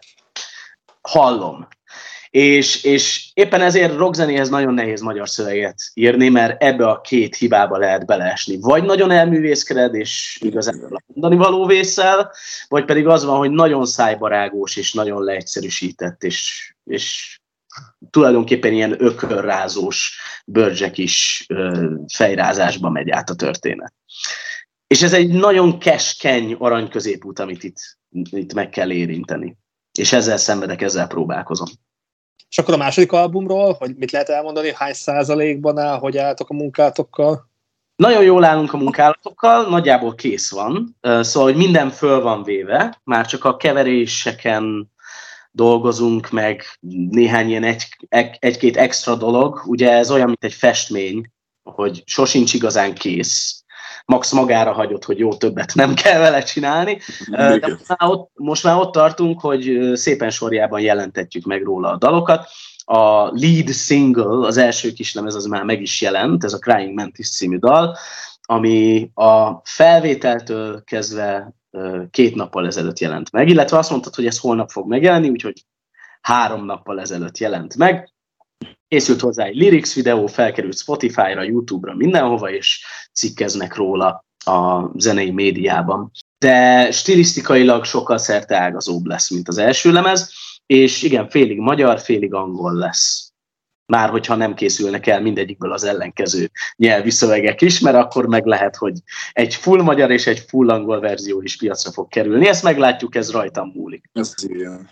hallom. És, és éppen ezért rockzenéhez nagyon nehéz magyar szöveget írni, mert ebbe a két hibába lehet beleesni. Vagy nagyon elművészkeded, és igazán mondani való vészel, vagy pedig az van, hogy nagyon szájbarágós, és nagyon leegyszerűsített, és, és tulajdonképpen ilyen ökörrázós, bőrcsekis fejrázásba megy át a történet. És ez egy nagyon keskeny arany középút, amit itt, itt meg kell érinteni. És ezzel szenvedek, ezzel próbálkozom. És akkor a második albumról, hogy mit lehet elmondani, hány százalékban áll, hogy álltok a munkátokkal? Nagyon jól állunk a munkálatokkal, nagyjából kész van, szóval hogy minden föl van véve, már csak a keveréseken dolgozunk, meg néhány ilyen egy, egy-két extra dolog, ugye ez olyan, mint egy festmény, hogy sosincs igazán kész, max magára hagyott, hogy jó, többet nem kell vele csinálni, de most már, ott, most már ott tartunk, hogy szépen sorjában jelentetjük meg róla a dalokat. A lead single, az első kislemez az már meg is jelent, ez a Crying Mantis című dal, ami a felvételtől kezdve két nappal ezelőtt jelent meg, illetve azt mondtad, hogy ez holnap fog megjelenni, úgyhogy három nappal ezelőtt jelent meg. Készült hozzá egy lyrics videó, felkerült Spotify-ra, YouTube-ra, mindenhova, és cikkeznek róla a zenei médiában. De stilisztikailag sokkal szerteágazóbb lesz, mint az első lemez, és igen, félig magyar, félig angol lesz. Már hogyha nem készülnek el mindegyikből az ellenkező nyelvi szövegek is, mert akkor meg lehet, hogy egy full magyar és egy full angol verzió is piacra fog kerülni. Ezt meglátjuk, ez rajtam múlik. Ez igen.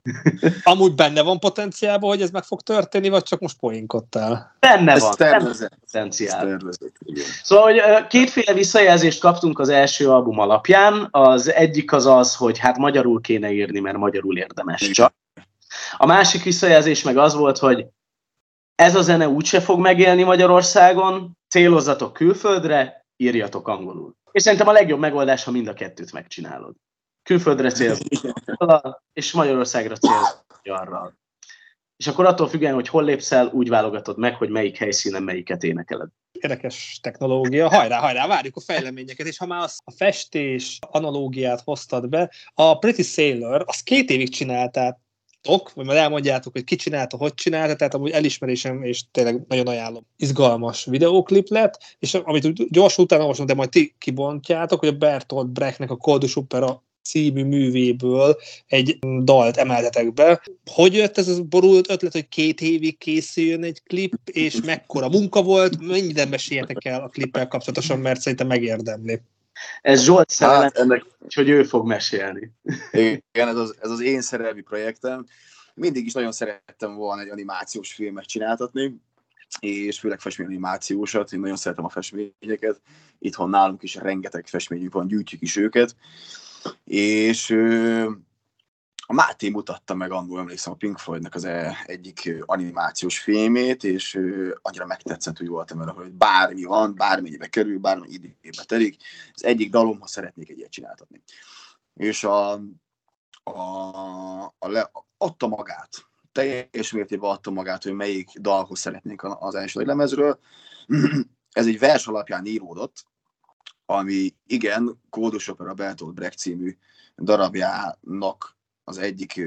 Amúgy benne van potenciálban, hogy ez meg fog történni, vagy csak most poénkodtál? Benne ez van, tervezett. potenciál. Tervezett, igen. Szóval, hogy kétféle visszajelzést kaptunk az első album alapján. Az egyik az az, hogy hát magyarul kéne írni, mert magyarul érdemes csak. A másik visszajelzés meg az volt, hogy ez a zene úgyse fog megélni Magyarországon, célozzatok külföldre, írjatok angolul. És szerintem a legjobb megoldás, ha mind a kettőt megcsinálod. Külföldre célzol, és Magyarországra célzol magyarral. És akkor attól függően, hogy hol lépsz el, úgy válogatod meg, hogy melyik helyszínen melyiket énekeled. Érdekes technológia. Hajrá, hajrá, várjuk a fejleményeket, és ha már az a festés analógiát hoztad be, a Pretty Sailor, azt két évig csináltátok, vagy majd elmondjátok, hogy ki csinálta, hogy csinálta, tehát amúgy elismerésem, és tényleg nagyon ajánlom. Izgalmas videóklip lett, és amit gyorsan utána olvasom, de majd ti kibontjátok, hogy a Bertolt Brechtnek a Koldus Opera című művéből egy dalt emeltetek be. Hogy jött ez a borult ötlet, hogy két évig készüljön egy klip, és mekkora munka volt? Mennyire meséljetek el a klippel kapcsolatosan, mert szerintem megérdemli. Ez Zsolt szerelem, hát ennek... hogy ő fog mesélni. Igen, ez az, ez az én szerelmi projektem. Mindig is nagyon szerettem volna egy animációs filmet csináltatni, és főleg festményanimációsat. Én nagyon szeretem a festményeket. Itthon nálunk is rengeteg festményünk van, gyűjtjük is őket. És ö, a Máté mutatta meg annól, emlékszem, a Pink Floydnak az egyik animációs filmét, és ö, annyira megtetszett, hogy voltam vele, hogy bármi van, bármennyibe kerül, bármennyi időbe telik, az egyik dalomhoz szeretnék egy ilyet csináltatni. és a, a, a le, adta magát, teljes mértékben adta magát, hogy melyik dalhoz szeretnénk az első lemezről. Ez egy vers alapján íródott, ami igen, Kódos Opera Bertolt Brecht című darabjának az egyik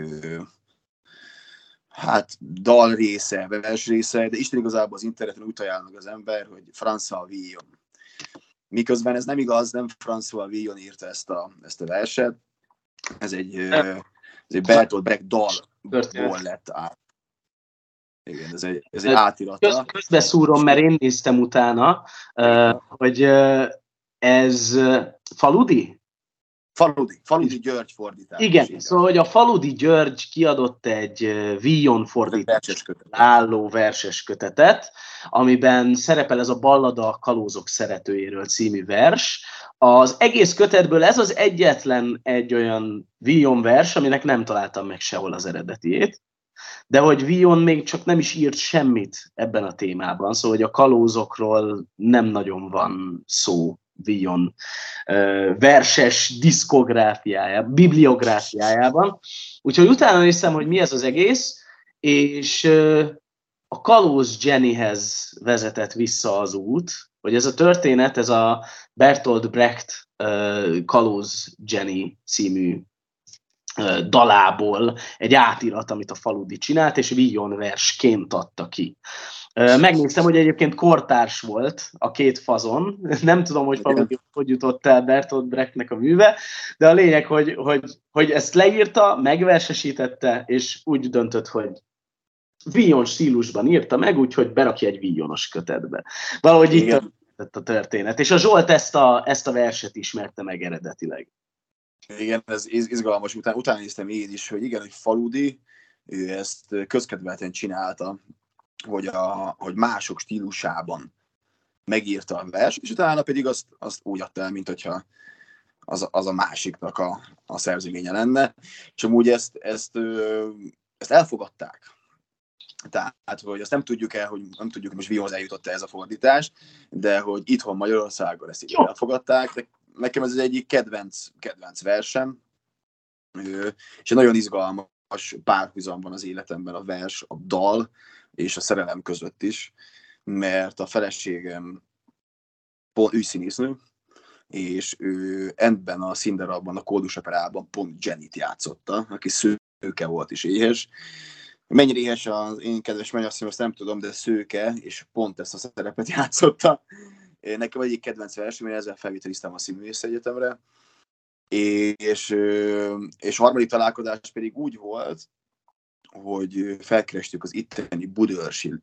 hát dal része, vers része, de Isten igazából az interneten úgy talál meg az ember, hogy François Villon. Miközben ez nem igaz, nem François Villon írta ezt a, ezt a verset, ez egy, ez egy Bertolt Brecht dalból lett át. Igen, ez egy, ez egy átirata. Köz, közbeszúrom, mert én néztem utána, uh, hogy uh, ez uh, Faludi? Faludi, Faludi György fordítás. Igen, igen, szóval, hogy a Faludi György kiadott egy uh, Villon fordítás álló verses kötetet, amiben szerepel ez a Ballada a kalózok szeretőjéről című vers. Az egész kötetből ez az egyetlen egy olyan Villon vers, aminek nem találtam meg sehol az eredetiét. De hogy Villon még csak nem is írt semmit ebben a témában, szóval hogy a kalózokról nem nagyon van szó Villon uh, verses diszkográfiájában, bibliográfiájában. Úgyhogy utána néztem, hogy mi ez az egész, és uh, a Kalóz Jennyhez vezetett vissza az út, hogy ez a történet, ez a Bertolt Brecht uh, Kalóz Jenny című dalából egy átirat, amit a Faludi csinált, és Villon versként adta ki. Megnéztem, hogy egyébként kortárs volt a két fazon. Nem tudom, hogy Faludi hogy jutott el Bertolt Brechtnek a műve, de a lényeg, hogy, hogy, hogy ezt leírta, megversesítette, és úgy döntött, hogy Villon stílusban írta meg, úgyhogy berakja egy Villonos kötetbe. Valahogy itt történt a történet. És a Zsolt ezt a, ezt a verset ismerte meg eredetileg. Igen, ez izgalmas. Után, utána néztem én is, hogy igen, hogy Faludi ő ezt közkedvelten csinálta, hogy, a, hogy mások stílusában megírta a vers, és utána pedig azt, azt úgy adta el, mint hogyha az, az a másiknak a, a szerzeménye lenne. És amúgy ezt, ezt, ezt elfogadták. Tehát, hogy azt nem tudjuk el, hogy nem tudjuk, hogy most Villonhoz eljutott ez a fordítás, de hogy itthon Magyarországon ezt így elfogadták, de nekem ez az egyik kedvenc, kedvenc versem, és egy nagyon izgalmas párhuzam van az életemben a vers, a dal és a szerelem között is, mert a feleségem pont ő színésznő, és ő ebben a színdarabban, a Kódos Operában pont Jennyt játszotta, aki szőke volt és éhes. Mennyire éhes az én kedves mennyasszonyom, azt nem tudom, de szőke, és pont ezt a szerepet játszotta. Nekem egyik kedvenc versem, én ezzel felvételiztem a Színművész Egyetemre, és, és a harmadik találkozás pedig úgy volt, hogy felkerestük az itteni Budaörsi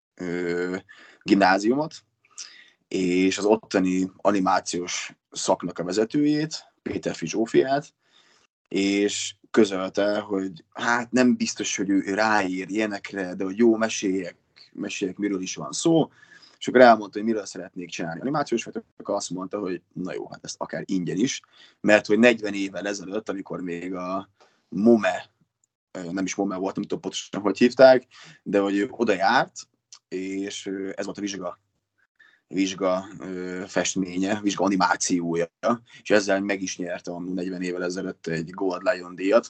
gimnáziumot, és az ottani animációs szaknak a vezetőjét, Péterfi Zsófiát, és közölte, hogy hát nem biztos, hogy ő ráír ilyenekre, de hogy jó, meséljek, meséljek, miről is van szó. És akkor elmondta, hogy miről szeretnék csinálni animációs, vagy akkor azt mondta, hogy na jó, hát ezt akár ingyen is, mert hogy negyven évvel ezelőtt, amikor még a MOME, nem is MOME volt, nem tudom pontosan, hogy hívták, de hogy ő oda járt, és ez volt a vizsga, vizsga festménye, vizsga animációja, és ezzel meg is nyerte a negyven évvel ezelőtt egy Gold Lion díjat,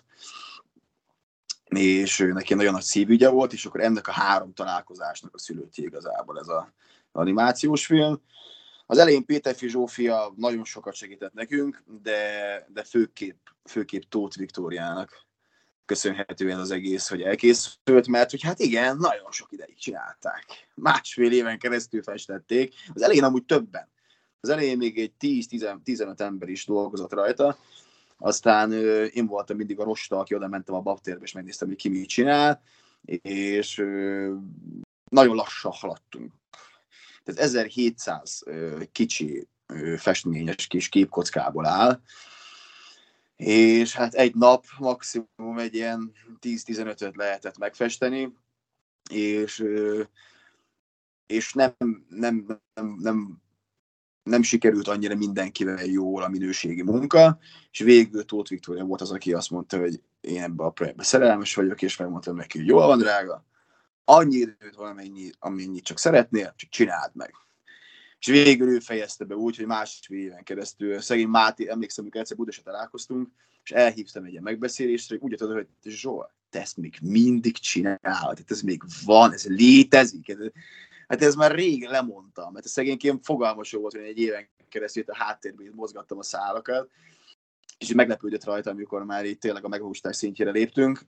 és neki nagyon nagy szívügye volt, és akkor ennek a három találkozásnak a szülöttje igazából ez az animációs film. Az elején Péterfi Zsófia nagyon sokat segített nekünk, de, de főképp, főképp Tóth Viktóriának köszönhetően az egész, hogy elkészült, mert hogy hát igen, nagyon sok ideig csinálták. Másfél éven keresztül festették. Az elején amúgy többen. Az elején még egy tíz-tizenöt ember is dolgozott rajta. Aztán ö, én voltam mindig a rosta, aki oda mentem a babtérbe, és megnéztem, hogy ki mit csinál, és ö, nagyon lassan haladtunk. Tehát ezerhétszáz ö, kicsi ö, festményes kis képkockából áll, és hát egy nap maximum egy ilyen tíz-tizenötöt lehetett megfesteni, és, ö, és nem, nem, nem, nem nem sikerült annyira mindenkivel jól a minőségi munka, és végül Tóth Viktória volt az, aki azt mondta, hogy én ebbe a projektbe szerelmes vagyok, és megmondtam neki, hogy jól van, drága, annyi időt valamennyi, amennyit csak szeretnél, csak csináld meg. És és végül ő fejezte be úgy, hogy másfél éven keresztül szegény Máté, emlékszem, amikor egyszer Budapesten találkoztunk, és elhívtam egy ilyen megbeszélésre, hogy úgy adod, hogy Zsolt, te ezt még mindig csinálod, tehát ez még van, ez létezik. Hát ez már rég lemondtam, mert a szegényként fogalmas volt, hogy egy éven keresztül a háttérben mozgattam a szálakat, és meglepődött rajta, amikor már itt tényleg a megvalósítás szintjére léptünk,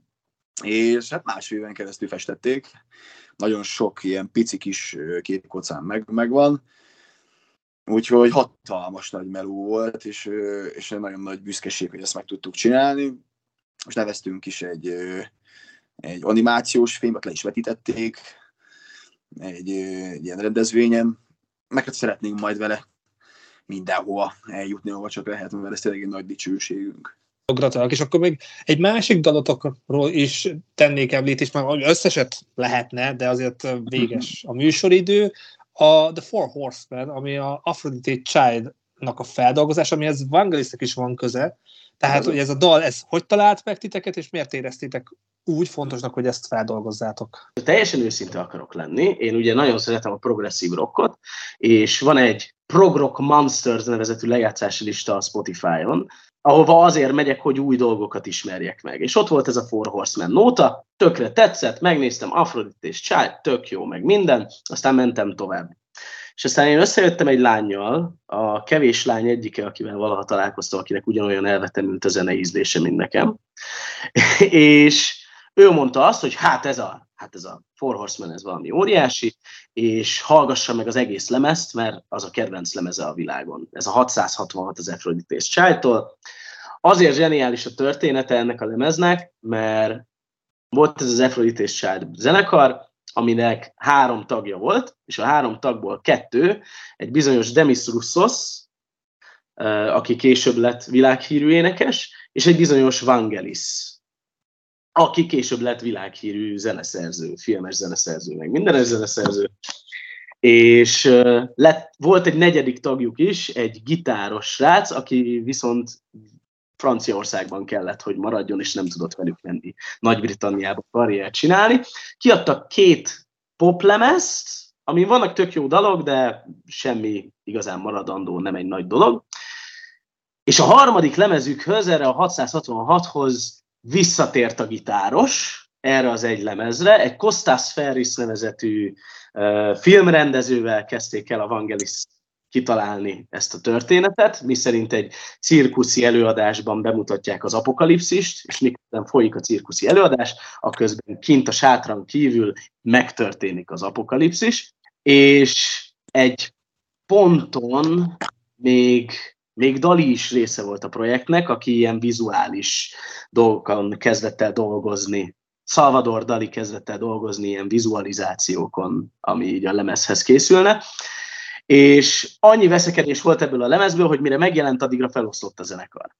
és hát másfél éven keresztül festették. Nagyon sok ilyen pici kis képkocán meg, megvan, úgyhogy hatalmas nagy meló volt, és, és egy nagyon nagy büszkeség, hogy ezt meg tudtuk csinálni. Most neveztünk is egy, egy animációs filmet, le is vetítették egy, egy ilyen rendezvényen, meg hát szeretnénk majd vele mindenhova eljutni, ahol csak lehet, mert ez tényleg egy nagy dicsőségünk. Gratulálok, és akkor még egy másik dalotokról is tennék említést, mert összeset lehetne, de azért véges a műsoridő. A The Four Horsemen, ami a Aphrodite Child-nak a feldolgozás, amihez Vangelisnek is van köze. Tehát, hogy ez a dal, ez hogy talált meg titeket, és miért éreztétek úgy fontosnak, hogy ezt feldolgozzátok? Teljesen őszinte akarok lenni. Én ugye nagyon szeretem a progresszív rockot, és van egy Prog Rock Monsters nevezetű lejátszási lista a Spotify-on, ahova azért megyek, hogy új dolgokat ismerjek meg. És ott volt ez a Four Horsemen nóta, tökre tetszett, megnéztem Aphrodite és Child, tök jó, meg minden, aztán mentem tovább. És aztán én összejöttem egy lánnyal, a kevés lány egyike, akivel valaha találkoztam, akinek ugyanolyan elvetemült a zene ízlése, mint nekem. És ő mondta azt, hogy hát ez a, hát ez a Four Horsemen, ez valami óriási, és hallgassa meg az egész lemezt, mert az a kedvenc lemeze a világon. Ez a hatszázhatvanhat az Aphrodite és Child-tól. Azért zseniális a története ennek a lemeznek, mert volt ez az Aphrodite és Child zenekar, aminek három tagja volt, és a három tagból kettő, egy bizonyos Demis Roussos, aki később lett világhírű énekes, és egy bizonyos Vangelis, aki később lett világhírű zeneszerző, filmes zeneszerző, meg mindenes zeneszerző. És lett, volt egy negyedik tagjuk is, egy gitáros srác, aki viszont Franciaországban kellett, hogy maradjon, és nem tudott velük menni Nagy-Britanniába karriert csinálni. Kiadtak két poplemezt, amin vannak tök jó dalok, de semmi igazán maradandó, nem egy nagy dolog. És a harmadik lemezükhöz, erre a hatszázhatvanhathoz visszatért a gitáros, erre az egy lemezre. Egy Kostas Ferris nevezetű uh, filmrendezővel kezdték el a Vangelis kitalálni ezt a történetet, miszerint egy cirkuszi előadásban bemutatják az apokalipszist, és miközben folyik a cirkuszi előadás, aközben kint a sátran kívül megtörténik az apokalipszis, és egy ponton még, még Dali is része volt a projektnek, aki ilyen vizuális dolgokon kezdett el dolgozni. Salvador Dali kezdett el dolgozni ilyen vizualizációkon, ami így a lemezhez készülne. És annyi veszekedés volt ebből a lemezből, hogy mire megjelent, addigra feloszlott a zenekar.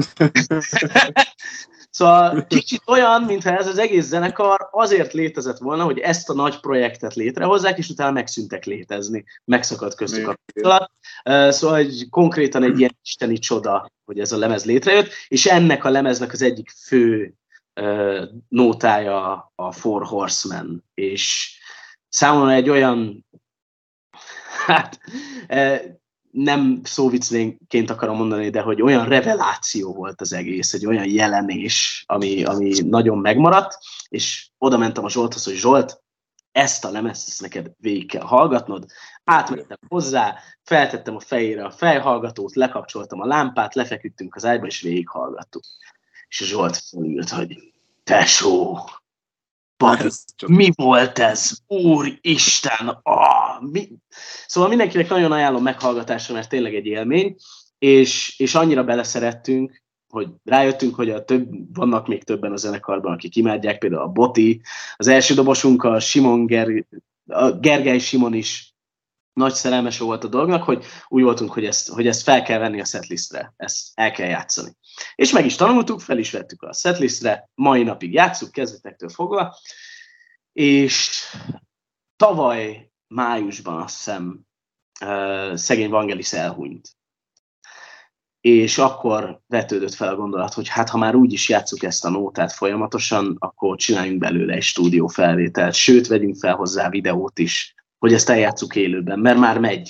Szóval kicsit olyan, mintha ez az egész zenekar azért létezett volna, hogy ezt a nagy projektet létrehozzák, és utána megszűntek létezni. Megszakadt köztük a kapcsolat. Szóval egy, konkrétan egy ilyen isteni csoda, hogy ez a lemez létrejött, és ennek a lemeznek az egyik fő uh, nótája a Four Horsemen. És számomra egy olyan hát nem szóviccként akarom mondani, de hogy olyan reveláció volt az egész, egy olyan jelenés, ami, ami nagyon megmaradt, és oda mentem a Zsolthoz, hogy Zsolt, ezt a lemezt ezt neked végig kell hallgatnod. Átmentem hozzá, feltettem a fejére a fejhallgatót, lekapcsoltam a lámpát, lefeküdtünk az ágyba, és végighallgattuk. És a Zsolt felült, hogy tesó, mi volt ez? Úristen! Ah, mi? Szóval mindenkinek nagyon ajánlom meghallgatásra, mert tényleg egy élmény, és, és annyira beleszerettünk, hogy rájöttünk, hogy a több, vannak még többen a zenekarban, akik imádják, például a Boti, az első dobosunk, a Simon Ger, a Gergely Simon is nagy szerelmese volt a dolognak, hogy úgy voltunk, hogy ezt, hogy ezt fel kell venni a setlistre, ezt el kell játszani. És meg is tanultuk, fel is vettük a setlistre, mai napig játsszuk, kezdetektől fogva, és tavaly májusban azt hiszem uh, szegény Vangelis elhunyt. És akkor vetődött fel a gondolat, hogy hát ha már úgy is játsszuk ezt a nótát folyamatosan, akkor csináljunk belőle egy stúdiófelvételt, sőt, vegyünk fel hozzá videót is, hogy ezt eljátsszuk élőben, mert már megy.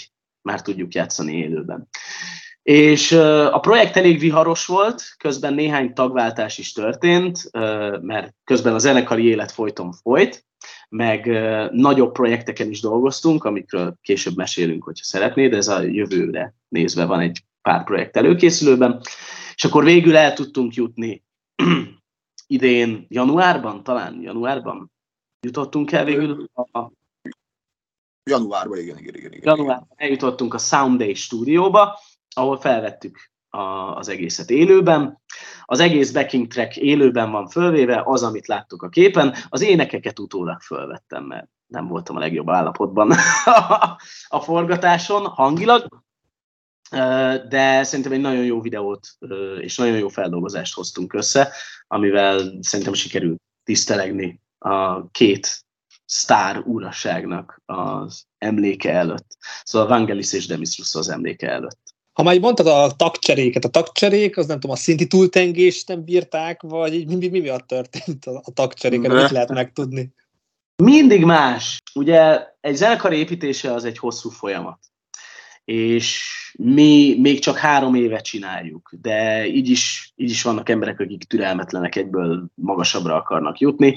már tudjuk játszani élőben. És a projekt elég viharos volt, közben néhány tagváltás is történt, mert közben a zenekari élet folyton folyt, meg nagyobb projekteken is dolgoztunk, amikről később mesélünk, hogyha szeretnéd, ez a jövőre nézve van egy pár projekt előkészülőben. És akkor végül el tudtunk jutni idén januárban, talán januárban jutottunk el végül a... Januárban, igen, igen, igen. igen. Januárban eljutottunk a Sound Day stúdióba, ahol felvettük a, az egészet élőben. Az egész backing track élőben van fölvéve, az, amit láttuk a képen. Az énekeket utólag fölvettem, mert nem voltam a legjobb állapotban a forgatáson hangilag, de szerintem egy nagyon jó videót és nagyon jó feldolgozást hoztunk össze, amivel szerintem sikerült tisztelegni a két sztár úrasságnak az emléke előtt. Szóval Vangelis és Demis Russo az emléke előtt. Ha már mondtad a tagcseréket, a tagcserék, az nem tudom, a szinti túltengést nem bírták, vagy mi, mi, mi miatt történt a tagcseréken, mit lehet megtudni? Mindig más. Ugye egy zenekar építése az egy hosszú folyamat. És mi még csak három éve csináljuk, de így is, így is vannak emberek, akik türelmetlenek, egyből magasabbra akarnak jutni.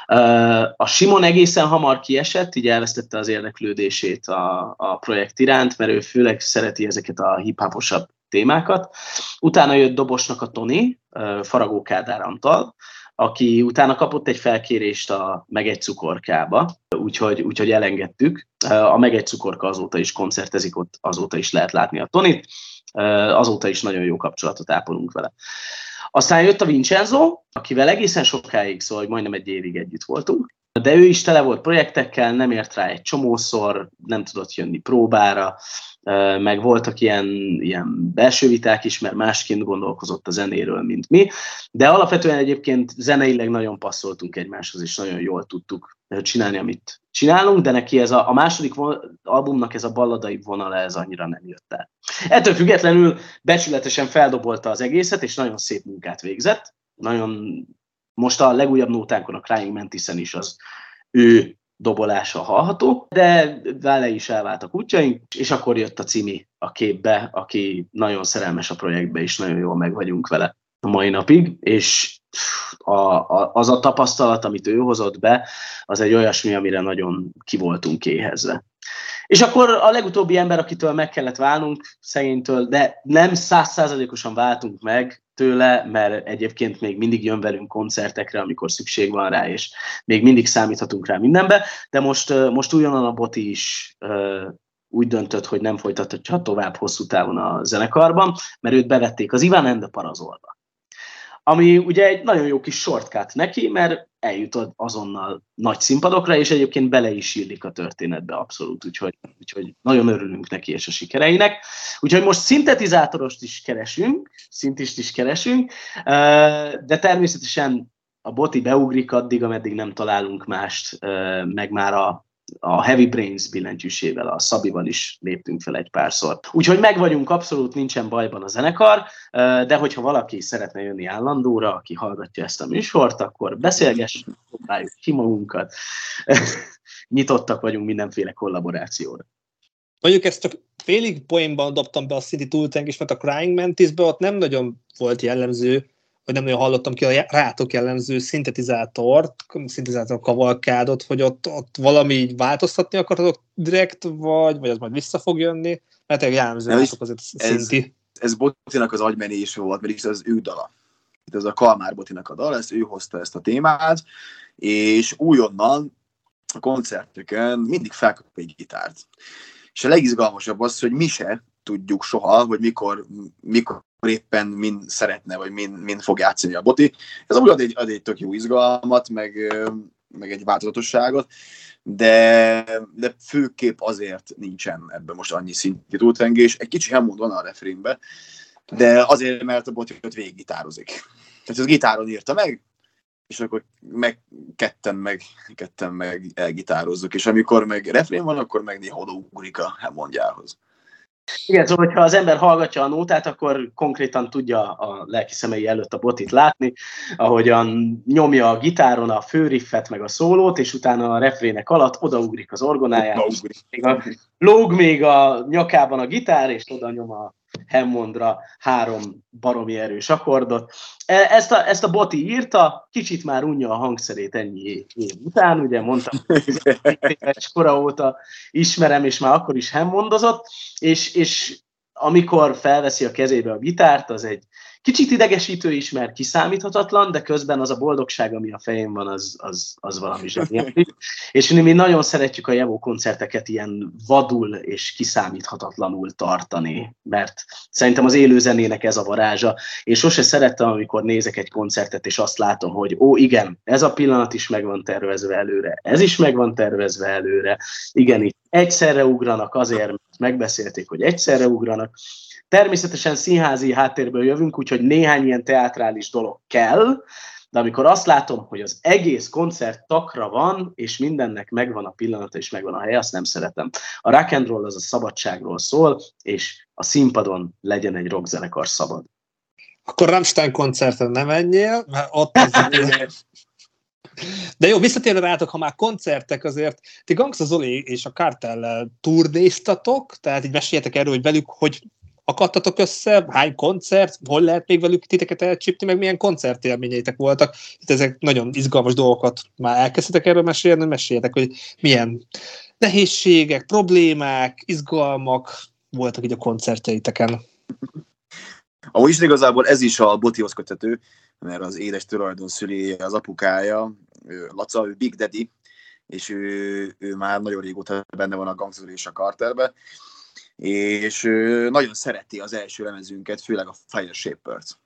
A Simon egészen hamar kiesett, így elvesztette az érdeklődését a, a projekt iránt, mert ő főleg szereti ezeket a hip-hoposabb témákat. Utána jött dobosnak a Toni, Faragó Kádár Antal, aki utána kapott egy felkérést a Meg egy cukorkába, úgyhogy, úgyhogy elengedtük. A Meg egy cukorka azóta is koncertezik, ott azóta is lehet látni a Tonit, azóta is nagyon jó kapcsolatot ápolunk vele. Aztán jött a Vincenzo, akivel egészen sokáig, szóval hogy majdnem egy évig együtt voltunk, de ő is tele volt projektekkel, nem ért rá egy csomószor, nem tudott jönni próbára, meg voltak ilyen, ilyen belső viták is, mert másként gondolkozott a zenéről, mint mi, de alapvetően egyébként zeneileg nagyon passzoltunk egymáshoz, és nagyon jól tudtuk csinálni, amit csinálunk, de neki ez a, a második von, albumnak ez a balladai vonala, ez annyira nem jött el. Ettől függetlenül becsületesen feldobolta az egészet, és nagyon szép munkát végzett. Nagyon, most a legújabb nótánkon, a Crying Mantisen is az ő dobolása hallható, de vele is elváltak útjaink, és akkor jött a Cimi a képbe, aki nagyon szerelmes a projektbe, és nagyon jól meg vagyunk vele a mai napig, és a, a, az a tapasztalat, amit ő hozott be, az egy olyasmi, amire nagyon ki voltunk éhezve. És akkor a legutóbbi ember, akitől meg kellett válnunk, szegénytől, de nem százszázalékosan váltunk meg tőle, mert egyébként még mindig jön velünk koncertekre, amikor szükség van rá, és még mindig számíthatunk rá mindenbe, de most, most újonnan a Boti is úgy döntött, hogy nem folytatja tovább hosszú távon a zenekarban, mert őt bevették az Ivan and the Parazolba. Ami ugye egy nagyon jó kis shortcut neki, mert eljutott azonnal nagy színpadokra, és egyébként bele is illik a történetbe abszolút, úgyhogy, úgyhogy nagyon örülünk neki és a sikereinek. Úgyhogy most szintetizátorost is keresünk, szintist is keresünk, de természetesen a Boti beugrik addig, ameddig nem találunk mást, meg már a a Heavy Brains billentyűsével, a Szabival is léptünk fel egy párszor. Úgyhogy meg vagyunk, abszolút nincsen bajban a zenekar, de hogyha valaki szeretne jönni állandóra, aki hallgatja ezt a műsort, akkor beszélgessünk, próbáljuk ki magunkat. Nyitottak vagyunk mindenféle kollaborációra. Mondjuk ezt csak félig poénban dobtam be a City Tooltang, mert a Crying Mantisbe ott nem nagyon volt jellemző, vagy nem nagyon hallottam ki a rátok jellemző szintetizátort, szintetizátor kavalkádot, hogy ott, ott valami így változtatni akartok direkt, vagy, vagy az majd vissza fog jönni, mert egy jellemző rátok azért szinti. Ez, ez Botinak az agymenése volt, mert is az ő dala. Itt ez a Kalmár Botinak a dal, ezt ő hozta ezt a témát, és újonnan a koncerteken mindig felkap egy gitárt. És a legizgalmasabb az, hogy mi se tudjuk soha, hogy mikor, mikor éppen mind szeretne, vagy mind, mind fog játszani a Boti. Ez úgy ad egy, ad egy tök jó izgalmat, meg, meg egy változatosságot, de, de főképp azért nincsen ebben most annyi szintű túltengés. Egy kicsi Hammond van a refrénben, de azért, mert a Boti ott végiggitározik. Tehát az gitáron írta meg, és akkor meg ketten meg, ketten meg elgitározzuk, és amikor meg refrén van, akkor meg néha odaugrik a Hammondjához. Igen, szóval, hogyha az ember hallgatja a nótát, akkor konkrétan tudja a lelki szemei előtt a Botit látni, ahogyan nyomja a gitáron a főriffet, meg a szólót, és utána a refrének alatt odaugrik az orgonájára. Még a, lóg még a nyakában a gitár, és oda nyom a Hammondra három baromi erős akkordot. Ezt a, ezt a Boti írta, kicsit már unja a hangszerét ennyi év után, ugye mondtam, tizenkettő éves kora óta ismerem, és már akkor is Hammondozott, és, és amikor felveszi a kezébe a gitárt, az egy kicsit idegesítő is, mert kiszámíthatatlan, de közben az a boldogság, ami a fején van, az, az, az valami zseniális. És mi nagyon szeretjük a Jevo koncerteket ilyen vadul és kiszámíthatatlanul tartani, mert szerintem az élő zenének ez a varázsa, és sose szerettem, amikor nézek egy koncertet, és azt látom, hogy ó, igen, ez a pillanat is meg van tervezve előre, ez is meg van tervezve előre, igen, itt egyszerre ugranak azért, mert megbeszélték, hogy egyszerre ugranak. Természetesen színházi háttérből jövünk, úgyhogy néhány ilyen teátrális dolog kell, de amikor azt látom, hogy az egész koncert takra van, és mindennek megvan a pillanata, és megvan a helye, azt nem szeretem. A rock and roll az a szabadságról szól, és a színpadon legyen egy rockzenekar szabad. Akkor Rammstein koncerten nem menjél, mert ott az... De jó, visszatérve rátok, ha már koncertek, azért ti Gangsta Zoli és a Kartellel turnéztatok, tehát így meséljetek erről, hogy velük, hogy akadtatok össze, hány koncert, hol lehet még velük titeket elcsípni, meg milyen koncertélményeitek voltak. Itt ezek nagyon izgalmas dolgokat már elkezdtetek erről mesélni, meséljetek, hogy milyen nehézségek, problémák, izgalmak voltak így a koncertjeiteken. Ahogy is igazából ez is a Botihoz köthető, mert az édes tulajdonszülője, az apukája, Laca, ő Big Daddy, és ő, ő már nagyon régóta benne van a Gangsta Zoli és a Carterbe, és nagyon szereti az első lemezünket, főleg a Fire Shapers.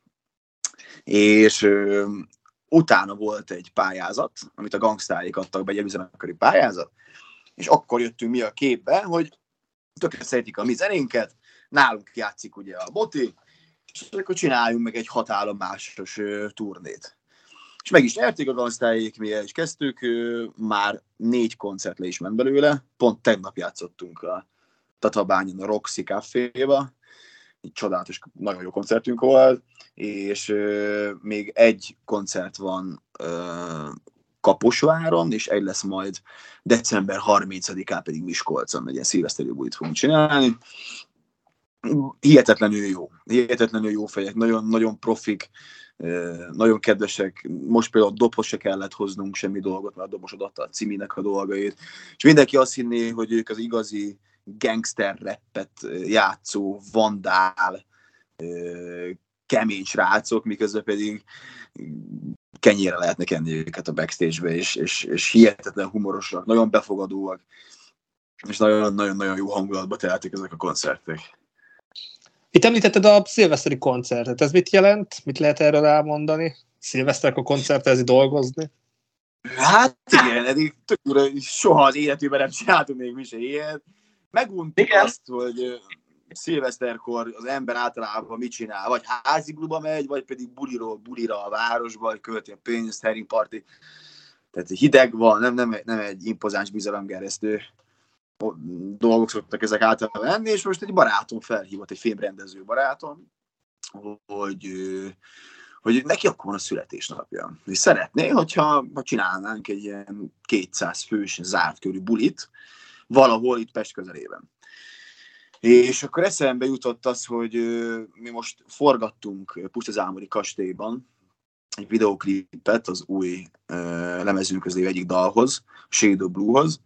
És ö, utána volt egy pályázat, amit a gangstáik adtak be, egy előzenekari pályázat, és akkor jöttünk mi a képbe, hogy tökéletes szeretik a mi zenénket, nálunk játszik ugye a Boti, és akkor csináljunk meg egy hatállomásos ö, turnét. És meg is nyerték a gangstáik, mi el is kezdtük, ö, már négy koncert le is ment belőle, pont tegnap játszottunk a Tatabányon a Roxy Caféba, egy csodálatos, nagyon jó koncertünk volt, és euh, még egy koncert van euh, Kaposváron, és egy lesz majd december harmincadikán pedig Miskolcon, egy ilyen szilveszteri bulit fogunk csinálni. Hihetetlenül jó, hihetetlenül jó fejek, nagyon, nagyon profik, nagyon kedvesek. Most például a dobhoz se kellett hoznunk semmi dolgot, mert a dobos odaadta a Ciminek a dolgait. És mindenki azt hinné, hogy ők az igazi gangster rappet játszó, vandál, kemény srácok, miközben pedig kenyére lehetne kenni őket a backstage-be, és, és, és hihetetlen humorosak, nagyon befogadóak, és nagyon-nagyon jó hangulatba teltek ezek a koncertek. Itt említetted a szilveszteri koncertet. Ez mit jelent? Mit lehet erről elmondani? Szilveszterkor koncertezni, dolgozni? Hát igen, eddig tök ura, soha az életében nem csináltunk még mi se ilyet. Meguntuk azt, hogy szilveszterkor az ember általában mit csinál, vagy házigluba megy, vagy pedig buliról bulira a városba, vagy költi a pénzt, herring party. Tehát hideg van, nem, nem, nem egy impozáns bizalomgerjesztő dolgok szoktak ezek általában lenni, és most egy barátom felhívott, egy filmrendező barátom, hogy, hogy neki akkor van a születésnapja. És szeretné, hogyha ha csinálnánk egy ilyen kétszáz fős zárt körű bulit, valahol itt Pest közelében. És akkor eszembe jutott az, hogy mi most forgattunk Pusztazámori kastélyban egy videóklipet az új lemezünk közé egyik dalhoz, Shade of Blue-hoz,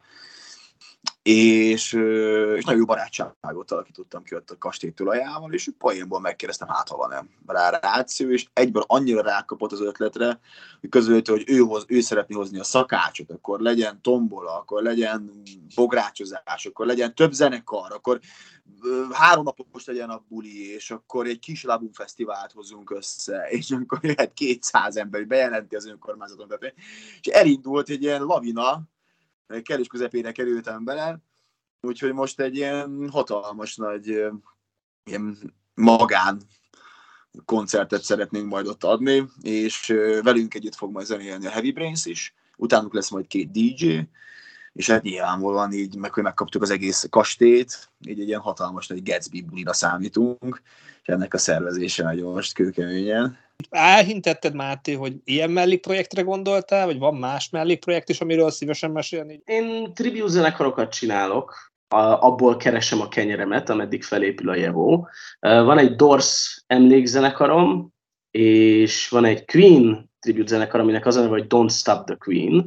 és, és nagyon jó barátságot alakítottam ki ott a kastély tulajával, és poénból megkérdeztem, hát ha van-e rá ráció, és egyből annyira rákapott az ötletre, hogy közölte, hogy ő, hoz, ő szeretné hozni a szakácsot, akkor legyen tombola, akkor legyen bográcsozás, akkor legyen több zenekar, akkor három napos legyen a buli, és akkor egy kis labumfesztivált hozunk össze, és akkor jöhet kétszáz ember, hogy bejelenti az önkormányzaton. És elindult egy ilyen lavina, kerülés közepére kerültem bele, úgyhogy most egy ilyen hatalmas nagy ilyen magán koncertet szeretnénk majd ott adni, és velünk együtt fog majd zenélni a Heavy Brains is, utánuk lesz majd két dé dzsé, és hát nyilvánvalóan így, meg hogy megkaptuk az egész kastélyt, így egy ilyen hatalmas nagy Gatsby bulira számítunk, és ennek a szervezése nagyon most kőkeményen. Elhintetted, Máté, hogy ilyen mellékprojektre gondoltál, vagy van más mellékprojekt is, amiről szívesen mesélni? Én tribute zenekarokat csinálok, abból keresem a kenyeremet, ameddig felépül a Jevo. Van egy Doors emlékzenekarom, és van egy Queen tribute zenekar, aminek az a neve, hogy Don't Stop the Queen,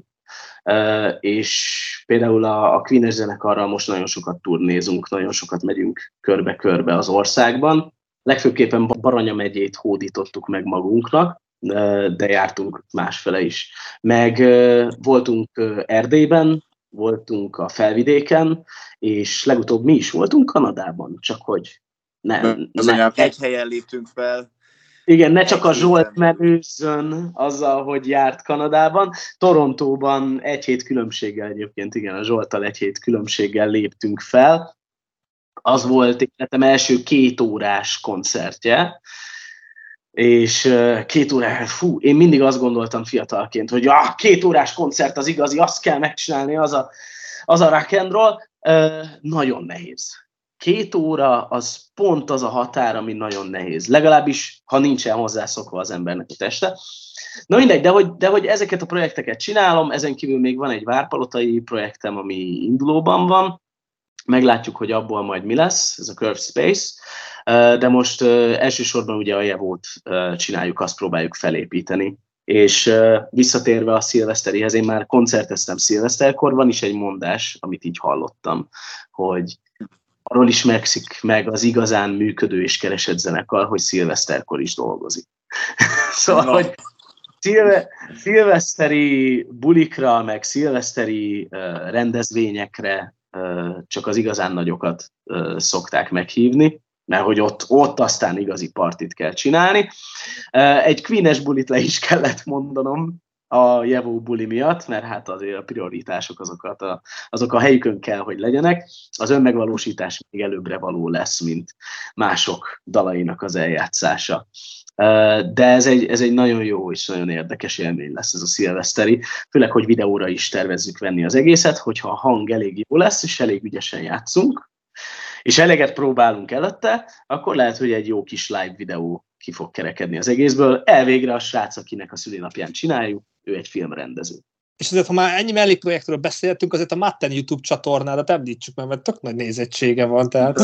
és például a, a Queen-es zenekarral most nagyon sokat turnézunk, nagyon sokat megyünk körbe-körbe az országban. Legfőképpen Baranya megyét hódítottuk meg magunknak, de jártunk másfele is. Meg voltunk Erdélyben, voltunk a Felvidéken, és legutóbb mi is voltunk Kanadában, csak hogy nem. nem egy helyen léptünk fel. Igen, ne csak a Zsolt menőzzön azzal, hogy járt Kanadában. Torontóban egy hét különbséggel egyébként, igen, a Zsolttal egy hét különbséggel léptünk fel. Az volt életem első két órás koncertje, és két órás, fú, én mindig azt gondoltam fiatalként, hogy ah, két órás koncert az igazi, azt kell megcsinálni, az a, az a rock and roll. Uh, nagyon nehéz. Két óra az pont az a határ, ami nagyon nehéz. Legalábbis, ha nincsen hozzászokva az embernek a teste. Na mindegy, de hogy, de hogy ezeket a projekteket csinálom, ezen kívül még van egy várpalotai projektem, ami indulóban van. Meglátjuk, hogy abból majd mi lesz, ez a Curve Space. De most elsősorban ugye a Jevót csináljuk, azt próbáljuk felépíteni. És visszatérve a szilveszterihez, én már koncerteztem szilveszterkor, van is egy mondás, amit így hallottam, hogy arról ismerkszik meg az igazán működő és keresett zenekar, hogy szilveszterkor is dolgozik. Szóval, no. hogy szilve, szilveszteri bulikra, meg szilveszteri uh, rendezvényekre uh, csak az igazán nagyokat uh, szokták meghívni, mert hogy ott, ott aztán igazi partit kell csinálni. Uh, egy Queen-es bulit le is kellett mondanom a Jevo buli miatt, mert hát azért a prioritások azokat a, azok a helyükön kell, hogy legyenek. Az önmegvalósítás még előbbre való lesz, mint mások dalainak az eljátszása. De ez egy, ez egy nagyon jó és nagyon érdekes élmény lesz ez a szilveszteri, főleg, hogy videóra is tervezzük venni az egészet, hogyha a hang elég jó lesz, és elég ügyesen játszunk, és eleget próbálunk előtte, akkor lehet, hogy egy jó kis live videó ki fog kerekedni az egészből. Elvégre a srác, akinek a szülinapján csináljuk, ő egy filmrendező. És azért, ha már ennyi mellékprojektről beszéltünk, azért a Matten YouTube csatornádat említsük meg, mert tök nagy nézettsége van, tehát...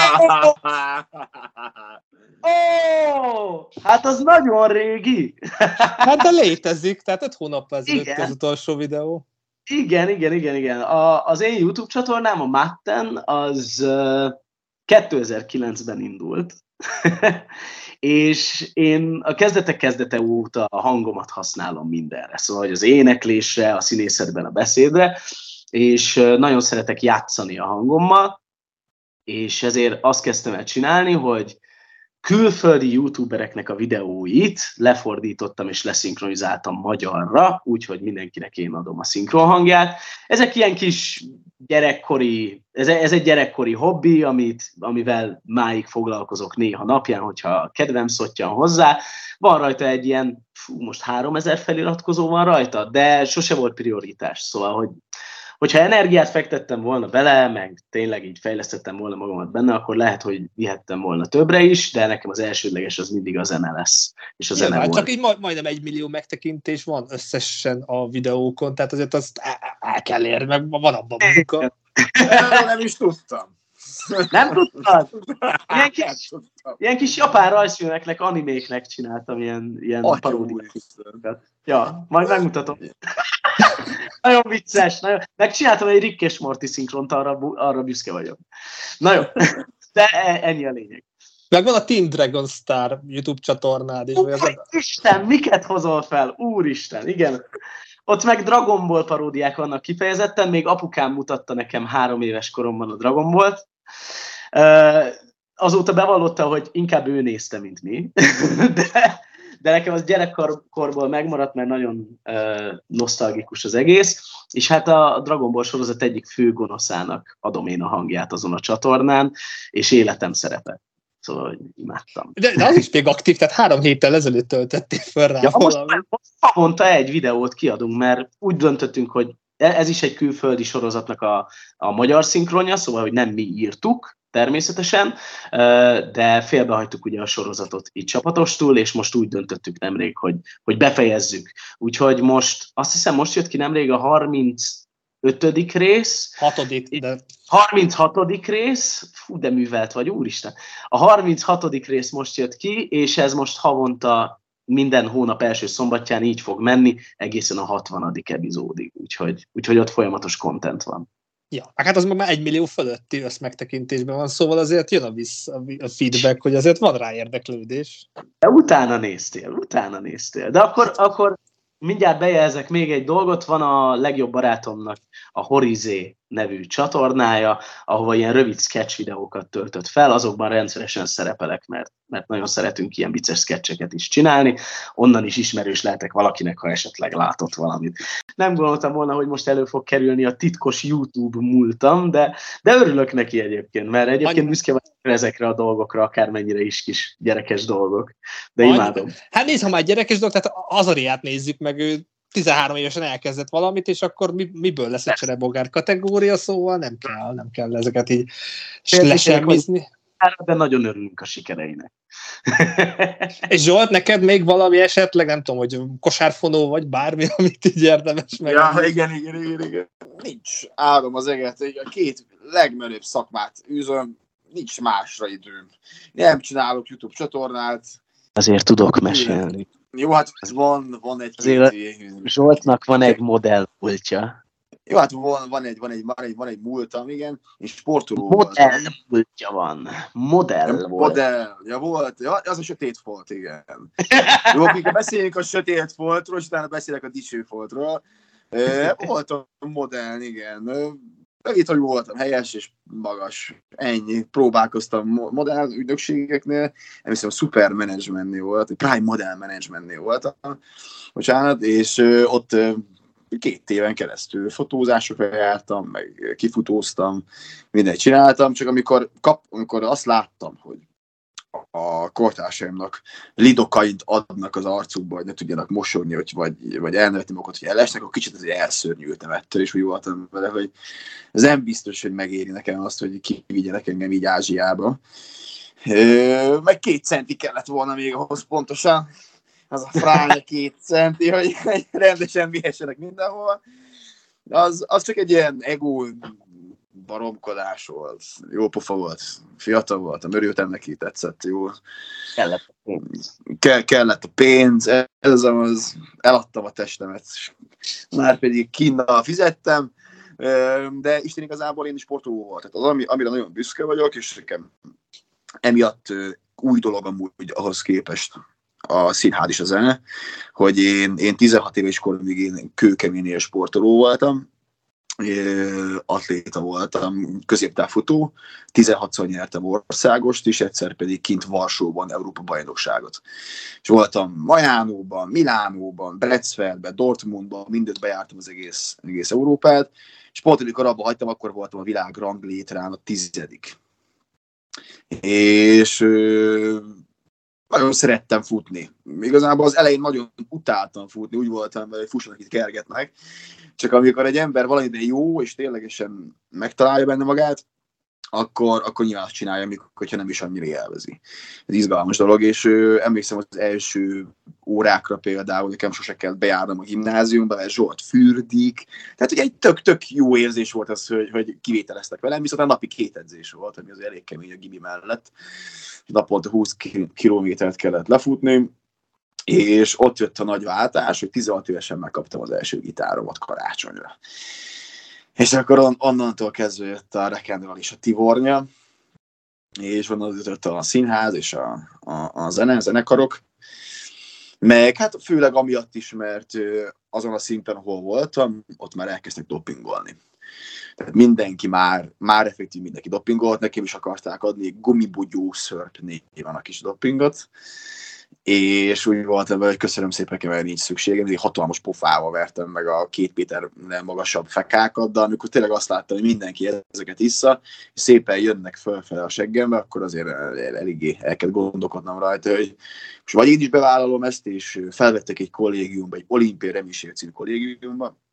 oh, hát az nagyon régi! Hát de létezik, tehát öt hónap ezelőtt az utolsó videó. Igen, igen, igen, igen. A, az én YouTube csatornám, a Matten, az uh, kétezer-kilencben indult. És én a kezdetek kezdete óta a hangomat használom mindenre, szóval hogy az éneklésre, a színészetben, a beszédre, és nagyon szeretek játszani a hangommal, és ezért azt kezdtem el csinálni, hogy külföldi youtubereknek a videóit lefordítottam és leszinkronizáltam magyarra, úgyhogy mindenkinek én adom a szinkronhangját. Ezek ilyen kis gyerekkori, ez, ez egy gyerekkori hobbi, amit, amivel máig foglalkozok néha napján, hogyha kedvem szottyan hozzá. Van rajta egy ilyen, fú, most háromezer feliratkozó van rajta, de sose volt prioritás, szóval, hogy hogyha energiát fektettem volna bele, meg tényleg így fejlesztettem volna magamat benne, akkor lehet, hogy vihettem volna többre is, de nekem az elsődleges az mindig a zene lesz. És a zene ja, volt. Csak így majdnem egy millió megtekintés van összesen a videókon, tehát azért azt el kell érni, meg van abban munka. Nem is tudtam. Nem tudtad? Ilyen kis, ilyen kis japán rajzfilmeknek, animéknek csináltam ilyen, ilyen paródiákat. Ja, majd megmutatom. Nagyon vicces. Nagyon... Megcsináltam egy Rick és Morty szinkront, arra, arra büszke vagyok. Na jó, de ennyi a lényeg. Meg van a Team Dragon Star YouTube csatornád is. Úristen, miket hozol fel? Úristen, igen. Ott meg Dragon Ball paródiák vannak kifejezetten, még apukám mutatta nekem három éves koromban a Dragon Ballt. Azóta bevallotta, hogy inkább ő nézte, mint mi. De, de nekem az gyerekkorból megmaradt, mert nagyon nosztalgikus az egész. És hát a Dragon Ball sorozat egyik fő gonoszának adom én a hangját azon a csatornán, és életem szerepe. Szóval, hogy imádtam. De, de az is még aktív, tehát három héttel ezelőtt töltöttél föl rá ja, valamit. Most havonta egy videót kiadunk, mert úgy döntöttünk, hogy ez is egy külföldi sorozatnak a, a magyar szinkronja, szóval, hogy nem mi írtuk, természetesen, de félbehagytuk ugye a sorozatot itt csapatostul, és most úgy döntöttük nemrég, hogy, hogy befejezzük. Úgyhogy most, azt hiszem most jött ki nemrég a harmincötödik rész. Hatodik, de... harminchatodik rész, fú, de művelt vagy, úristen. A harminchatodik rész most jött ki, és ez most havonta minden hónap első szombatján így fog menni, egészen a hatvanadik epizódig, úgyhogy, úgyhogy ott folyamatos content van. Ja, hát az már egy millió fölötti összmegtekintésben van, szóval azért jön a, vissz, a feedback, hogy azért van rá érdeklődés. De utána néztél, utána néztél. De akkor, akkor mindjárt bejelzek még egy dolgot, van a legjobb barátomnak a Horizé nevű csatornája, ahova ilyen rövid sketch videókat töltött fel, azokban rendszeresen szerepelek, mert, mert nagyon szeretünk ilyen vicces sketcheket is csinálni, onnan is ismerős lehetek valakinek, ha esetleg látott valamit. Nem gondoltam volna, hogy most elő fog kerülni a titkos YouTube múltam, de, de örülök neki egyébként, mert egyébként büszke vagyok ezekre a dolgokra, akármennyire is kis gyerekes dolgok, de Annyi. Imádom. Hát nézd, ha már gyerekes dolog, tehát Azariát nézzük meg, ő tizenhárom évesen elkezdett valamit, és akkor mi, miből lesz egy cserebogár kategória, szóval nem kell, nem kell ezeket így lesemmizni. De nagyon örülünk a sikereinek. És Zsolt, neked még valami esetleg, nem tudom, hogy kosárfonó vagy bármi, amit így érdemes meg. Ja, igen, igen, igen, igen. Nincs áram az eget, a két legmenőbb szakmát űzöm, nincs másra időm. Nem csinálok YouTube csatornát. Azért tudok mesélni. Jó, hát van, van egy Azért Zsoltnak van egy modellpultja. Jó, hát van, van, egy, van, egy, van, egy, van egy múltam, igen, és sportoló modellpultja van. Modell ja, volt. Modell, ja, volt. Ja, az a sötét folt, igen. Jó, amikor beszéljünk a sötét foltról, és utána beszélek a dicső foltról. Voltam modell, igen. Megint, hogy voltam helyes és magas. Ennyi. Próbálkoztam modell ügynökségeknél. Nem hiszem, a Super Managementnél volt, Prime Model Managementnél voltam. Bocsánat, és ott két éven keresztül fotózásokra jártam, meg kifutóztam, mindent csináltam, csak amikor, kap, amikor azt láttam, hogy a kortársaimnak lidokait adnak az arcukba, hogy ne tudjanak mosolyni, hogy vagy, vagy elnevetni magukat, hogy elesnek, akkor kicsit azért elszörnyültem ettől, és úgy voltam vele, hogy ez nem biztos, hogy megéri nekem azt, hogy kivigyenek engem így Ázsiába. Meg két centi kellett volna még ahhoz pontosan, az a fránya két centi, hogy rendesen vihessenek mindenhol. Az, az csak egy ilyen ego baromkodás volt. Jó pofa volt. Fiatal voltam, örültem neki, tetszett, jó. Kellett a pénz. Ke- kellett a pénz, ez az, eladtam a testemet. Már pedig kínnal fizettem, de Isten igazából én is sportoló volt. Tehát az, ami, amire nagyon büszke vagyok, és nekem emiatt új dolog amúgy ahhoz képest a színház és a zene, hogy én, én tizenhat éves koromig én kőkemény sportoló voltam, atléta voltam, középtávfutó, tizenhatszor nyertem országost, és egyszer pedig kint Varsóban Európa bajnokságot. És voltam Majánóban, Milánóban, Brecfeldben, Dortmundban, mindent bejártam az egész, egész Európát, és pont amikor abba hagytam, akkor voltam a világ ranglétrán a tizedik. És nagyon szerettem futni. Igazából az elején nagyon utáltam futni, úgy voltam, hogy fussanak itt kergetnek. Csak amikor egy ember valamiben jó, és ténylegesen megtalálja benne magát, akkor, akkor nyilván azt csinálja, amikor, hogyha nem is annyira élvezi. Ez izgalmas dolog, és ö, emlékszem az első órákra például, nekem sose kellett bejárnom a gimnáziumba, mert Zsolt fürdik. Tehát ugye egy tök-tök jó érzés volt az, hogy, hogy kivételeztek velem, viszont a napi két edzés volt, ami az elég kemény a gimi mellett. Naponta húsz kilométert kellett lefutni, és ott jött a nagy váltás, hogy tizenhat évesen megkaptam az első gitáromat karácsonyra. És akkor on, onnantól kezdve jött a rock'n'roll és a Tivornya, és onnan jött a színház és a, a, a zene, a zenekarok, meg hát főleg amiatt is, mert azon a szinten, ahol voltam, ott már elkezdtek dopingolni. Tehát mindenki már, már effektív mindenki dopingolt, nekem is akarták adni gumibugyó szörp néven a kis dopingot, és úgy voltam vele, hogy köszönöm szépen, mert nincs szükségem, egy hatalmas pofával vertem meg a két méternél magasabb fekákat, de amikor tényleg azt láttam, hogy mindenki ezeket issza, és szépen jönnek fölfele a seggembe, akkor azért eléggé el kell gondolkodnom rajta, hogy most vagy én is bevállalom ezt, és felvettek egy kollégiumba, egy olimpiai remisért című kollégiumba,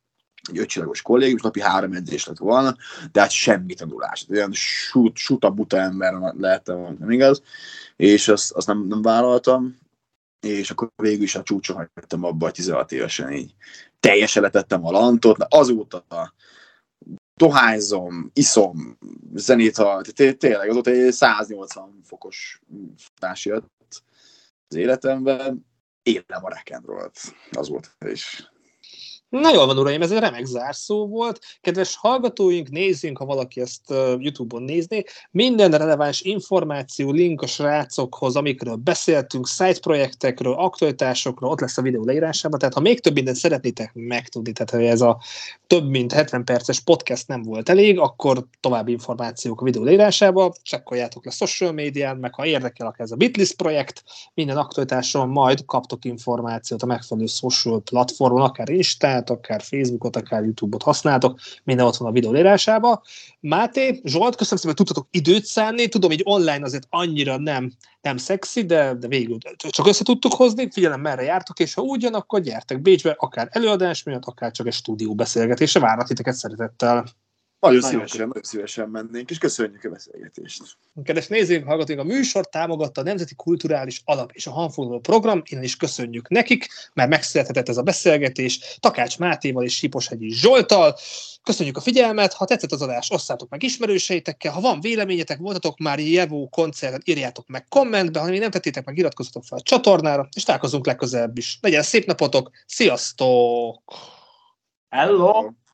egy ötcsillagos kollégium, napi három edzés lett volna, de hát semmi tanulás. Olyan suta buta ember lehettem, nem igaz, és azt, azt nem, nem vállaltam, és akkor végül is a csúcson hagytam abba, tizenhat évesen így teljesen letettem a lantot, de azóta dohányzom, iszom, zenét hall, tényleg azóta egy száznyolcvan fokos futás jött az életemben, élem a rock and rollt, az volt is. Na jól van, uraim, ez egy remek zárszó volt. Kedves hallgatóink, nézzünk, ha valaki ezt uh, YouTube-on nézné. Minden releváns információ, link a srácokhoz, amikről beszéltünk, site projektekről, aktualitásokról, ott lesz a videó leírásában. Tehát ha még több mindent szeretnétek megtudni, tehát ha ez a több mint hetven perces podcast nem volt elég, akkor további információk a videó leírásában, csekkoljátok le social médián, meg ha érdekel akár ez a Bitlist projekt, minden aktualitáson majd kaptok információt a megfelelő social platformon, akár Instán, akár Facebookot, akár YouTube-ot használtok, minden ott van a videó leírásában. Máté, Zsolt, köszönöm szépen, hogy tudtatok időt szánni, tudom, hogy online azért annyira nem, nem szexi, de, de végül csak össze tudtuk hozni, figyelem, merre jártok, és ha úgy jön, akkor gyertek Bécsbe, akár előadás miatt, akár csak egy stúdió beszélgetésre, várlak titeket szeretettel. Nagyon szívesen, nagyon szívesen mennénk, és köszönjük a beszélgetést. Kedves nézőink, hallgatóink, a műsor támogatta a Nemzeti Kulturális Alap és a Hangfoglaló Program, innen is köszönjük nekik, mert megszülethetett ez a beszélgetés Takács Mátéval és Siposhegyi Zsolttal. Köszönjük a figyelmet, ha tetszett az adás, osszátok meg ismerőseitekkel, ha van véleményetek, voltatok már Jevó koncerten, írjátok meg kommentbe, ha még nem tettétek meg, iratkozzatok fel a csatornára, és találkozunk legközelebb is. Legyen szép napotok, sziasztok! Hello!